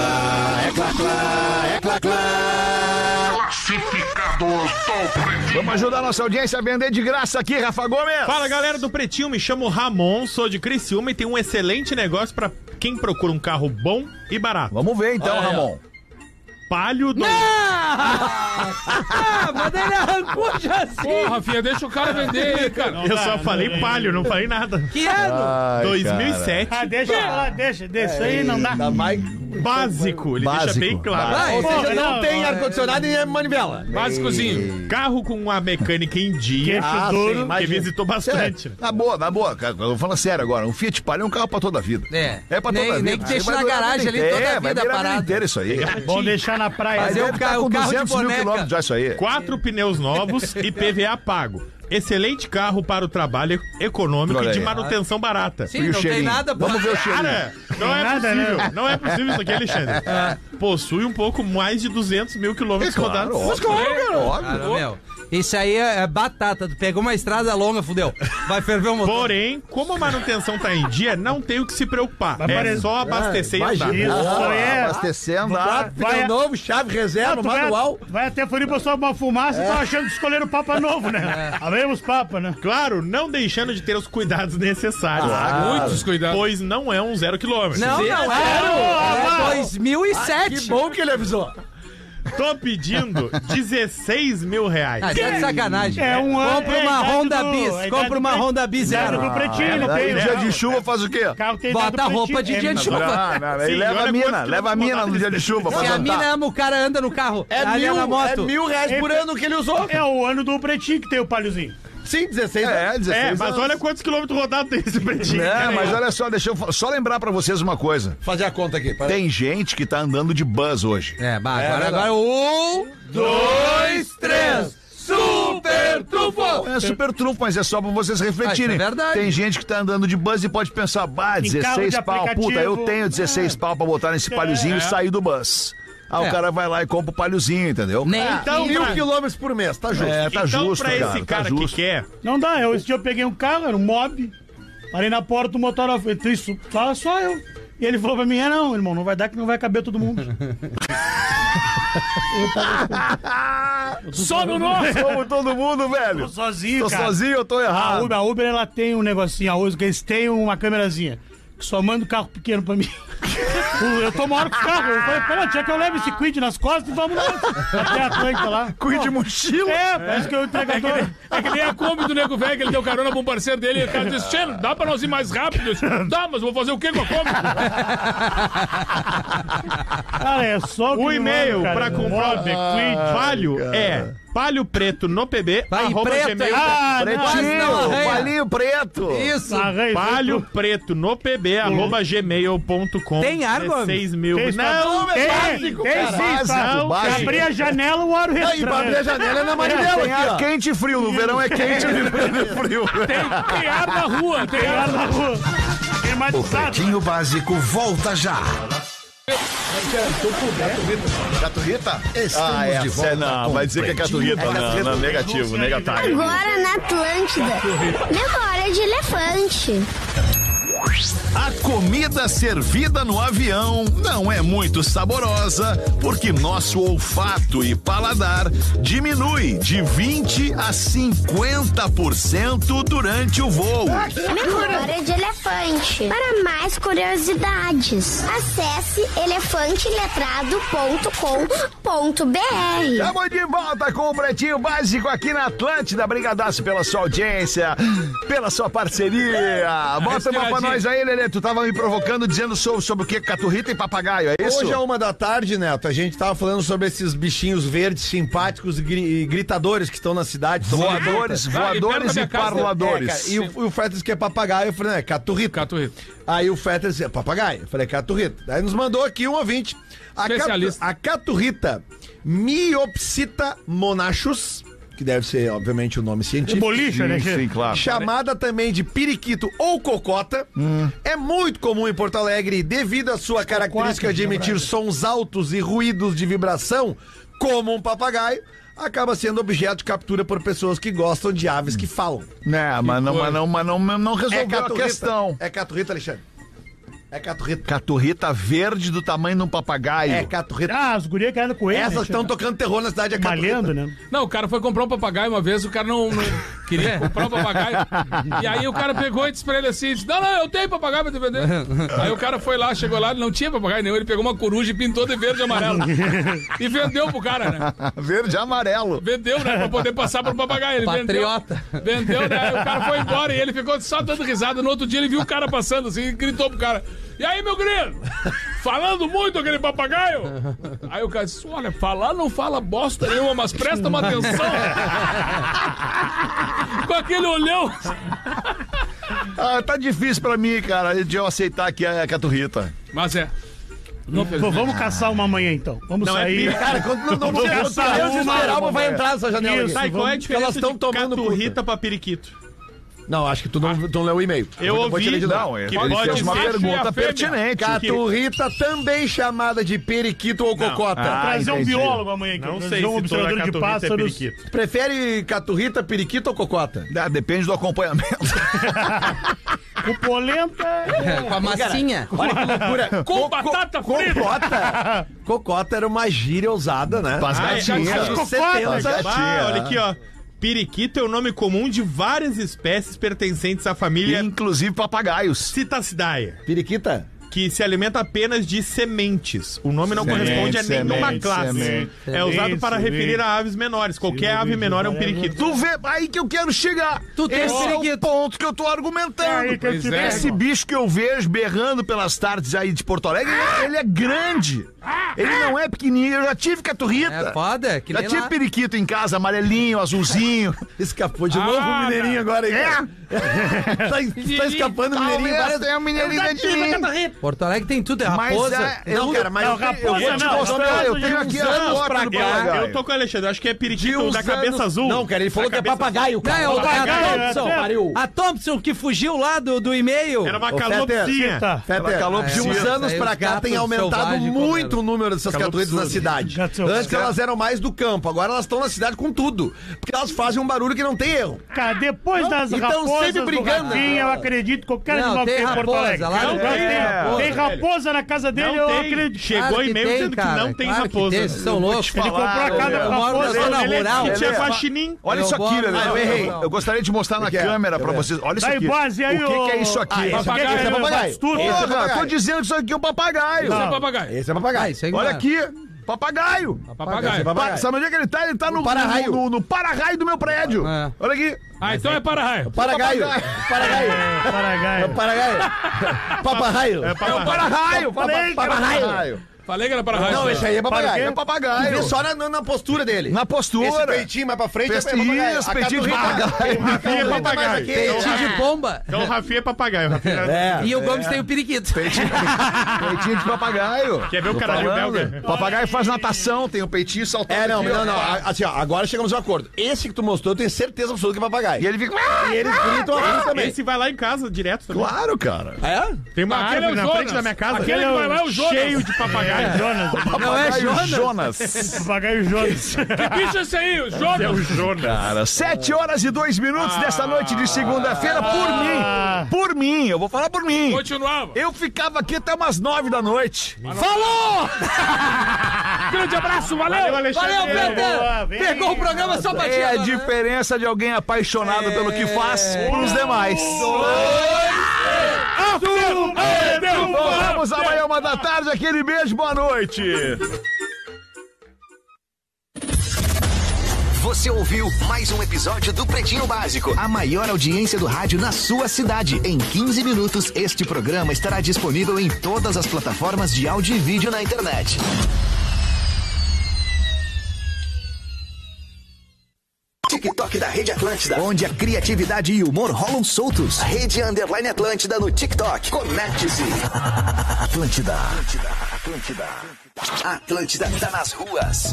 Vamos ajudar a nossa audiência a vender de graça aqui, Rafa Gomes. Fala, galera do Pretinho, me chamo Ramon, sou de Criciúma e tenho um excelente negócio pra quem procura um carro bom e barato. Vamos ver então, Olha aí, ó. Ramon. Palio do... Ah, mas ele arrancou já assim. Pô, Rafinha, deixa o cara vender aí, cara. Eu só falei palio, não falei nada. Que ano? dois mil e sete, Ah, deixa eu falar, deixa, deixa. Isso aí não dá. Dá mais... básico, ele Básico. deixa bem claro. Vai, Ou seja, Pô, não, não, tem não, ar-condicionado e é manivela. Básicozinho. Carro com a mecânica em dia, Queixo Ah, duro. sim, que imagina. visitou bastante. né? Na boa, na boa, cara, eu vou falar sério agora. Um Fiat Palio é um carro pra toda a vida. É. É pra Nem- toda a vida. nem que deixe Vai na durar garagem vida ali inteira. toda a É, vai vida durar a parado. inteira isso aí. Bom deixar na praia. Mas Deve é o estar carro- com o carro de duzentos mil boneca. quilômetros já isso aí. Quatro pneus novos e P V A pago. Excelente carro para o trabalho econômico Olha e de aí. manutenção barata. Sim, E o não tem cheirinho? nada, pô. Vamos ver o cheirinho. Cara, não é nada, possível. né? Não é possível isso aqui, Alexandre. Possui um pouco mais de duzentos mil quilômetros Claro, rodados. óbvio, óbvio. Cara, meu, isso aí é, é batata. Tu pegou uma estrada longa, fudeu. Vai ferver o motor. Porém, como a manutenção tá em dia, não tem o que se preocupar. Vai É parecer- só abastecer e andar. imagina. Isso Ah, é. abastecendo, Vai- dá. Pneu novo, chave, reserva, Tu vai, manual. vai até Floripa só uma fumaça e tá achando que escolheram o Papa novo, né? Abrimos Papa, né? Claro, não deixando de ter os cuidados necessários. Muitos cuidados. Pois não é um zero quilômetro. Não, não, é, é dois mil e sete. Que bom que ele avisou. Tô pedindo dezesseis mil reais. Ah, tá de sacanagem. É um ano. Compra é a uma idade Honda do- Bis. a idade Compra do uma pre- Honda Bis idade zero. do pretinho, não Aí, tem, dia né? de chuva faz o quê? Carro tem Bota idade do a roupa pretinho. de dia de É, chuva. Não, não, ele Sim, leva a olha mina, quantos leva a quilômetros mina no dia de chuva pra Se a jantar. mina ama, o cara anda no carro. É ali mil, na é moto. mil reais por ano que ele usou. É o ano do pretinho que tem o palhozinho. Sim, dezesseis anos. É, dezesseis É, mas anos. olha quantos quilômetros rodados tem esse pretinho. É, mas olha só, deixa eu fa- só lembrar pra vocês uma coisa. Fazer a conta aqui. para- Tem gente que tá andando de bus hoje. É, bah, É agora, verdade. agora um, dois, três. Super trufo! É super trunfo, mas é só pra vocês refletirem. Ah, isso é verdade. Tem gente que tá andando de bus e pode pensar, bah, carro dezesseis de pau, aplicativo. puta, eu tenho dezesseis pau pra botar nesse palhozinho e sair do bus. Aí É. o cara vai lá e compra o palhozinho, entendeu? Nem Então, Mil pra- quilômetros por mês, tá justo. É, tá então, justo, pra cara, esse tá cara justo. que quer, Não dá, eu, esse dia eu peguei um carro, era um mob, parei na porta do motor, falei, isso, só, só eu. E ele falou pra mim, é não, irmão, não vai dar que não vai caber todo mundo. Só no nosso. Como todo mundo, Tô velho. sozinho, Tô cara. sozinho, eu tô A errado. Uber, a Uber, ela tem um negocinho, a Uber, eles têm uma câmerazinha, que só manda o carro pequeno pra mim. Eu tô uma hora com o carro, eu falei, pera, tinha que eu leve esse quid nas costas e vamos lá, até a Atlântica lá. Cuide de mochila. É, parece que eu entregador... É que nem a Kombi do Nego Velho, que ele deu carona pra um parceiro dele e o cara disse, Tchê, dá pra nós ir mais rápido? Eu disse, dá, mas vou fazer o quê com a Kombi? Cara, é só que o me e-mail manda, pra cara. comprar Mob, o palio é palho preto no pb Vai, arroba preto, gmail. Ah, Quase não Pretinho, arranha. palinho preto. Isso. Arranha, Palio preto no pb arroba gmail ponto com. Tem ar, Gomes? dezesseis mil. Tem, Não, tem, básico, tem cara. sim, Básico, tá? básico. Abrir a janela, o ar Aí, pra restranho. abrir a janela é na manivela Tem ar aqui, ó. quente e frio. No verão é quente e no inverno é frio. Tem, tem ar na rua, tem Tem ar ar na rua. O Climatizado. Pretinho Básico volta já. Caturrita? Estamos Ah, de essa volta é, não, com vai dizer que é Pretinho caturrita, não, não, negativo, negativo. Agora na Atlântida. Memória de elefante. A comida servida no avião não é muito saborosa porque nosso olfato e paladar diminui de vinte a cinquenta por cento durante o voo. Memória de elefante. Para mais curiosidades, acesse elefante letrado ponto com ponto b r. Estamos de volta com o Pretinho Básico aqui na Atlântida. Brigadaço pela sua audiência, pela sua parceria. Bota uma pra nós aí, Lelê. Tu tava me provocando dizendo sobre, sobre o que? Caturrita e papagaio, é isso? Hoje é uma da tarde, Neto, a gente tava falando sobre esses bichinhos verdes, simpáticos e, gri- e gritadores que estão na cidade. Voadores, voadores e parladores. É, cara, e o, o Fetter que é papagaio, eu falei, né, caturrita. Caturrita. Aí o Fetter disse, papagaio. Eu falei, caturrita. Daí nos mandou aqui um ouvinte. A, Especialista. catu, a caturrita Miopsita monachus, que deve ser, obviamente, o nome científico. Bolicha, né? Sim, sim, claro. Chamada também de periquito ou cocota, hum. é muito comum em Porto Alegre devido à sua característica de emitir sons altos e ruídos de vibração, como um papagaio, acaba sendo objeto de captura por pessoas que gostam de aves que falam. Né, mas não, mas não, mas não, não resolveu a caturrita. questão. É caturrita, Alexandre. É caturrita. Caturrita verde do tamanho de um papagaio. É caturrita. Ah, as gurias querendo com ele. Essas estão tocando terror na cidade, é caturrita. Malhando, né? Não, o cara foi comprar um papagaio uma vez, o cara não, não queria comprar um papagaio. E aí o cara pegou e disse pra ele assim, disse, não, não, eu tenho papagaio pra te vender. Aí o cara foi lá, chegou lá, não tinha papagaio nenhum, ele pegou uma coruja e pintou de verde e amarelo. E vendeu pro cara, né? Verde e amarelo. Vendeu, né? Pra poder passar pro papagaio. Ele Patriota. Vendeu, vendeu, né? Aí o cara foi embora e ele ficou só dando risada. No outro dia ele viu o cara passando assim e gritou pro cara, e aí, meu querido? Falando muito aquele papagaio? Aí o cara disse, olha, falar não fala bosta nenhuma, mas presta uma atenção. Com aquele olhão. Ah, tá difícil pra mim, cara, de eu aceitar que é a caturrita. Mas é. Não, Pô, vamos caçar uma amanhã, então. Vamos Não, é sair. perigo. Cara, quando não, não, não, Vamos não, caçar Deus uma, esperar, uma, vai uma. entrar nessa janela Isso, aqui. Tá, e qual é a vamos- diferença elas tão de tomando caturrita pra periquito? Não, acho que tu não, tu não leu o e-mail. Eu Vou- ouvi, vou te ler de novo. Não, que ele pode fez uma ser pergunta a fêmea. pertinente. Caturrita, também chamada de periquito ou cocota. Ah, Trazer um entendi. biólogo amanhã aqui. Não Nós sei vamos se toda observador de caturrita é pássaros. periquito. Prefere caturrita, periquito ou cocota? Ah, depende do acompanhamento. O polenta. é- Com a massinha. Olha que loucura. Com batata frita. Cocota. Cocota era uma gíria usada, né? Pras Ah, é gatinhas. gatinha. Anos Cocota, setenta. já tinha. Ah, olha aqui, ó. Periquito é o nome comum de várias espécies pertencentes à família Inclusive papagaios. Citacidae, Periquita? que se alimenta apenas de sementes. O nome não Semente, corresponde a nenhuma semente, classe. semente. É usado Semente, para semente. referir a aves menores. Qualquer ave menor é um periquito. Tu vê, aí que eu quero chegar. Tu tem Esse é o periquito. ponto que eu tô argumentando. É aí que eu te é. Esse bicho que eu vejo berrando pelas tardes aí de Porto Alegre, ele, ele é grande. Ele não é pequenininho. Eu já tive caturrita. É foda, que Já nem tive lá. periquito em casa, amarelinho, azulzinho. Escapou de novo o mineirinho agora, hein? cara? tá, tá escapando o mineirinho várias tem um mineirinho dentro de mim. Porto Alegre tem tudo, é Mas raposa. é, Não, cara, mas Não, eu, tenho- raposa eu vou te não, mostrar, eu de tenho uns aqui a anos foto pra do cá, papagaio. Eu tô com o Alexandre, acho que é De periquito uns da cabeça anos- azul. Não, cara, ele falou Da que é cabeça- papagaio, Não, cara. é o Papagaio, a é, Thompson. pariu. A Thompson que fugiu lá do, do e-mail. Era uma Ô, Fetter, calopsinha. Tá. Fetter, calopsita. de uns anos Aí pra os cá gatos tem aumentado selvagens muito comeram. o número dessas caturetas na cidade. Gato selvagem. Antes elas eram mais do campo, agora elas estão na cidade com tudo. Porque elas fazem um barulho que não tem erro. Cara, depois das então raposas sempre do brigando. Rafinha, eu acredito que qualquer Não, animal que tem tem em Porto raposa, Alegre. lá Não, não tem, tem raposa, tem raposa na casa dele, eu Não acredito. tem. Chegou Claro que e-mail tem, dizendo que cara. não tem Claro que raposa. tem, vocês são loucos. Ele comprou a casa eu da moro na raposa. zona ele é rural. Que tinha Ele é- guaxinim. Olha isso Eu aqui, gosto- Lelê. Ah, eu Eu, errei. eu gostaria de mostrar na que é? câmera Eu pra errei. vocês. Olha isso Daí, aqui. Boaz, e aí, O que, que é ô- isso aqui? Ah, esse Papagaio, aqui é papagaio. Bastudo. Esse é Porra, papagaio. tô dizendo que isso aqui é um papagaio. Isso é papagaio. Esse é Ah, papagaio. isso aí Olha não é. aqui, papagaio. Papagaio. Pa- Sabe onde é que ele tá? Ele tá no, para-raio. no, no, no para-raio do meu prédio. É. Olha aqui. Ah, então é para-raio. Paragaio. Paragaio. Paragaio. Paragaio. Paparraio. É o para-raio. Falei, que era Paparraio. para-raio. Falei que era para-raio. Não, esse aí é papagaio. É Tu vê papagaio. só na, na- na postura dele. Na postura. Esse peitinho mais pra frente Peste- é papagaio. isso, A peitinho de caturrita- papagaio. A Rafinha é caturrita mais papagaio. aqui. Peitinho de pomba. Então o Rafinha é papagaio. O Rafinha É. E o Gomes tem o periquito. Peitinho, peitinho de papagaio. Quer ver o Tô caralho falando. belga? Papagaio faz natação, tem o peitinho saltando. É, não, aqui, não, ó. não. A- Assim, ó, agora chegamos a um acordo. Esse que tu mostrou, eu tenho certeza absoluta que é papagaio. E ele fica. E eles gritam assim também. Esse vai lá em casa direto também. Claro, cara. É? Tem uma Aquele é árvore o na Jonas. frente da minha casa. Aquele que vai lá é o Jonas. cheio de papagaio. Papagaio Jonas. Não é Papagaio Jonas? Jonas. Papagaio Jonas. Que bicho é esse aí? O Jonas? É o Jonas. Cara, sete horas e dois minutos dessa noite de segunda-feira, por mim. Por mim, eu vou falar por mim. Continuava. Eu ficava aqui até umas nove da noite. Falou! Grande abraço, valeu! Valeu, Alexandre. Valeu, Peter! Boa, vem. Pegou o programa só pra ti É a agora, né? diferença de alguém apaixonado pelo que faz pros demais. Voltamos amanhã, uma da tarde. Aquele beijo, boa noite. Você ouviu mais um episódio do Pretinho Básico, a maior audiência do rádio na sua cidade. Em quinze minutos, este programa estará disponível em todas as plataformas de áudio e vídeo na internet. TikTok da Rede Atlântida, onde a criatividade e o humor rolam soltos. Rede Underline Atlântida no TikTok. Conecte-se. Atlântida. Atlântida. Atlântida. Atlântida tá nas ruas.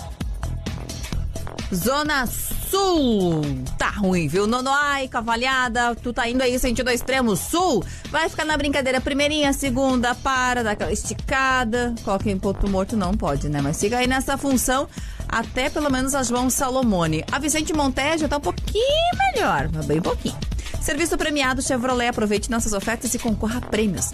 Zona Sul, tá ruim, viu? Nonoai, Cavalhada, tu tá indo aí sentido ao extremo sul, vai ficar na brincadeira primeirinha, segunda, para, dá aquela esticada, coloca em ponto morto, não pode, né? Mas fica aí nessa função até pelo menos a João Salomone. A Vicente Montejo tá um pouquinho melhor, mas bem pouquinho. Serviço premiado Chevrolet, aproveite nossas ofertas e concorra a prêmios.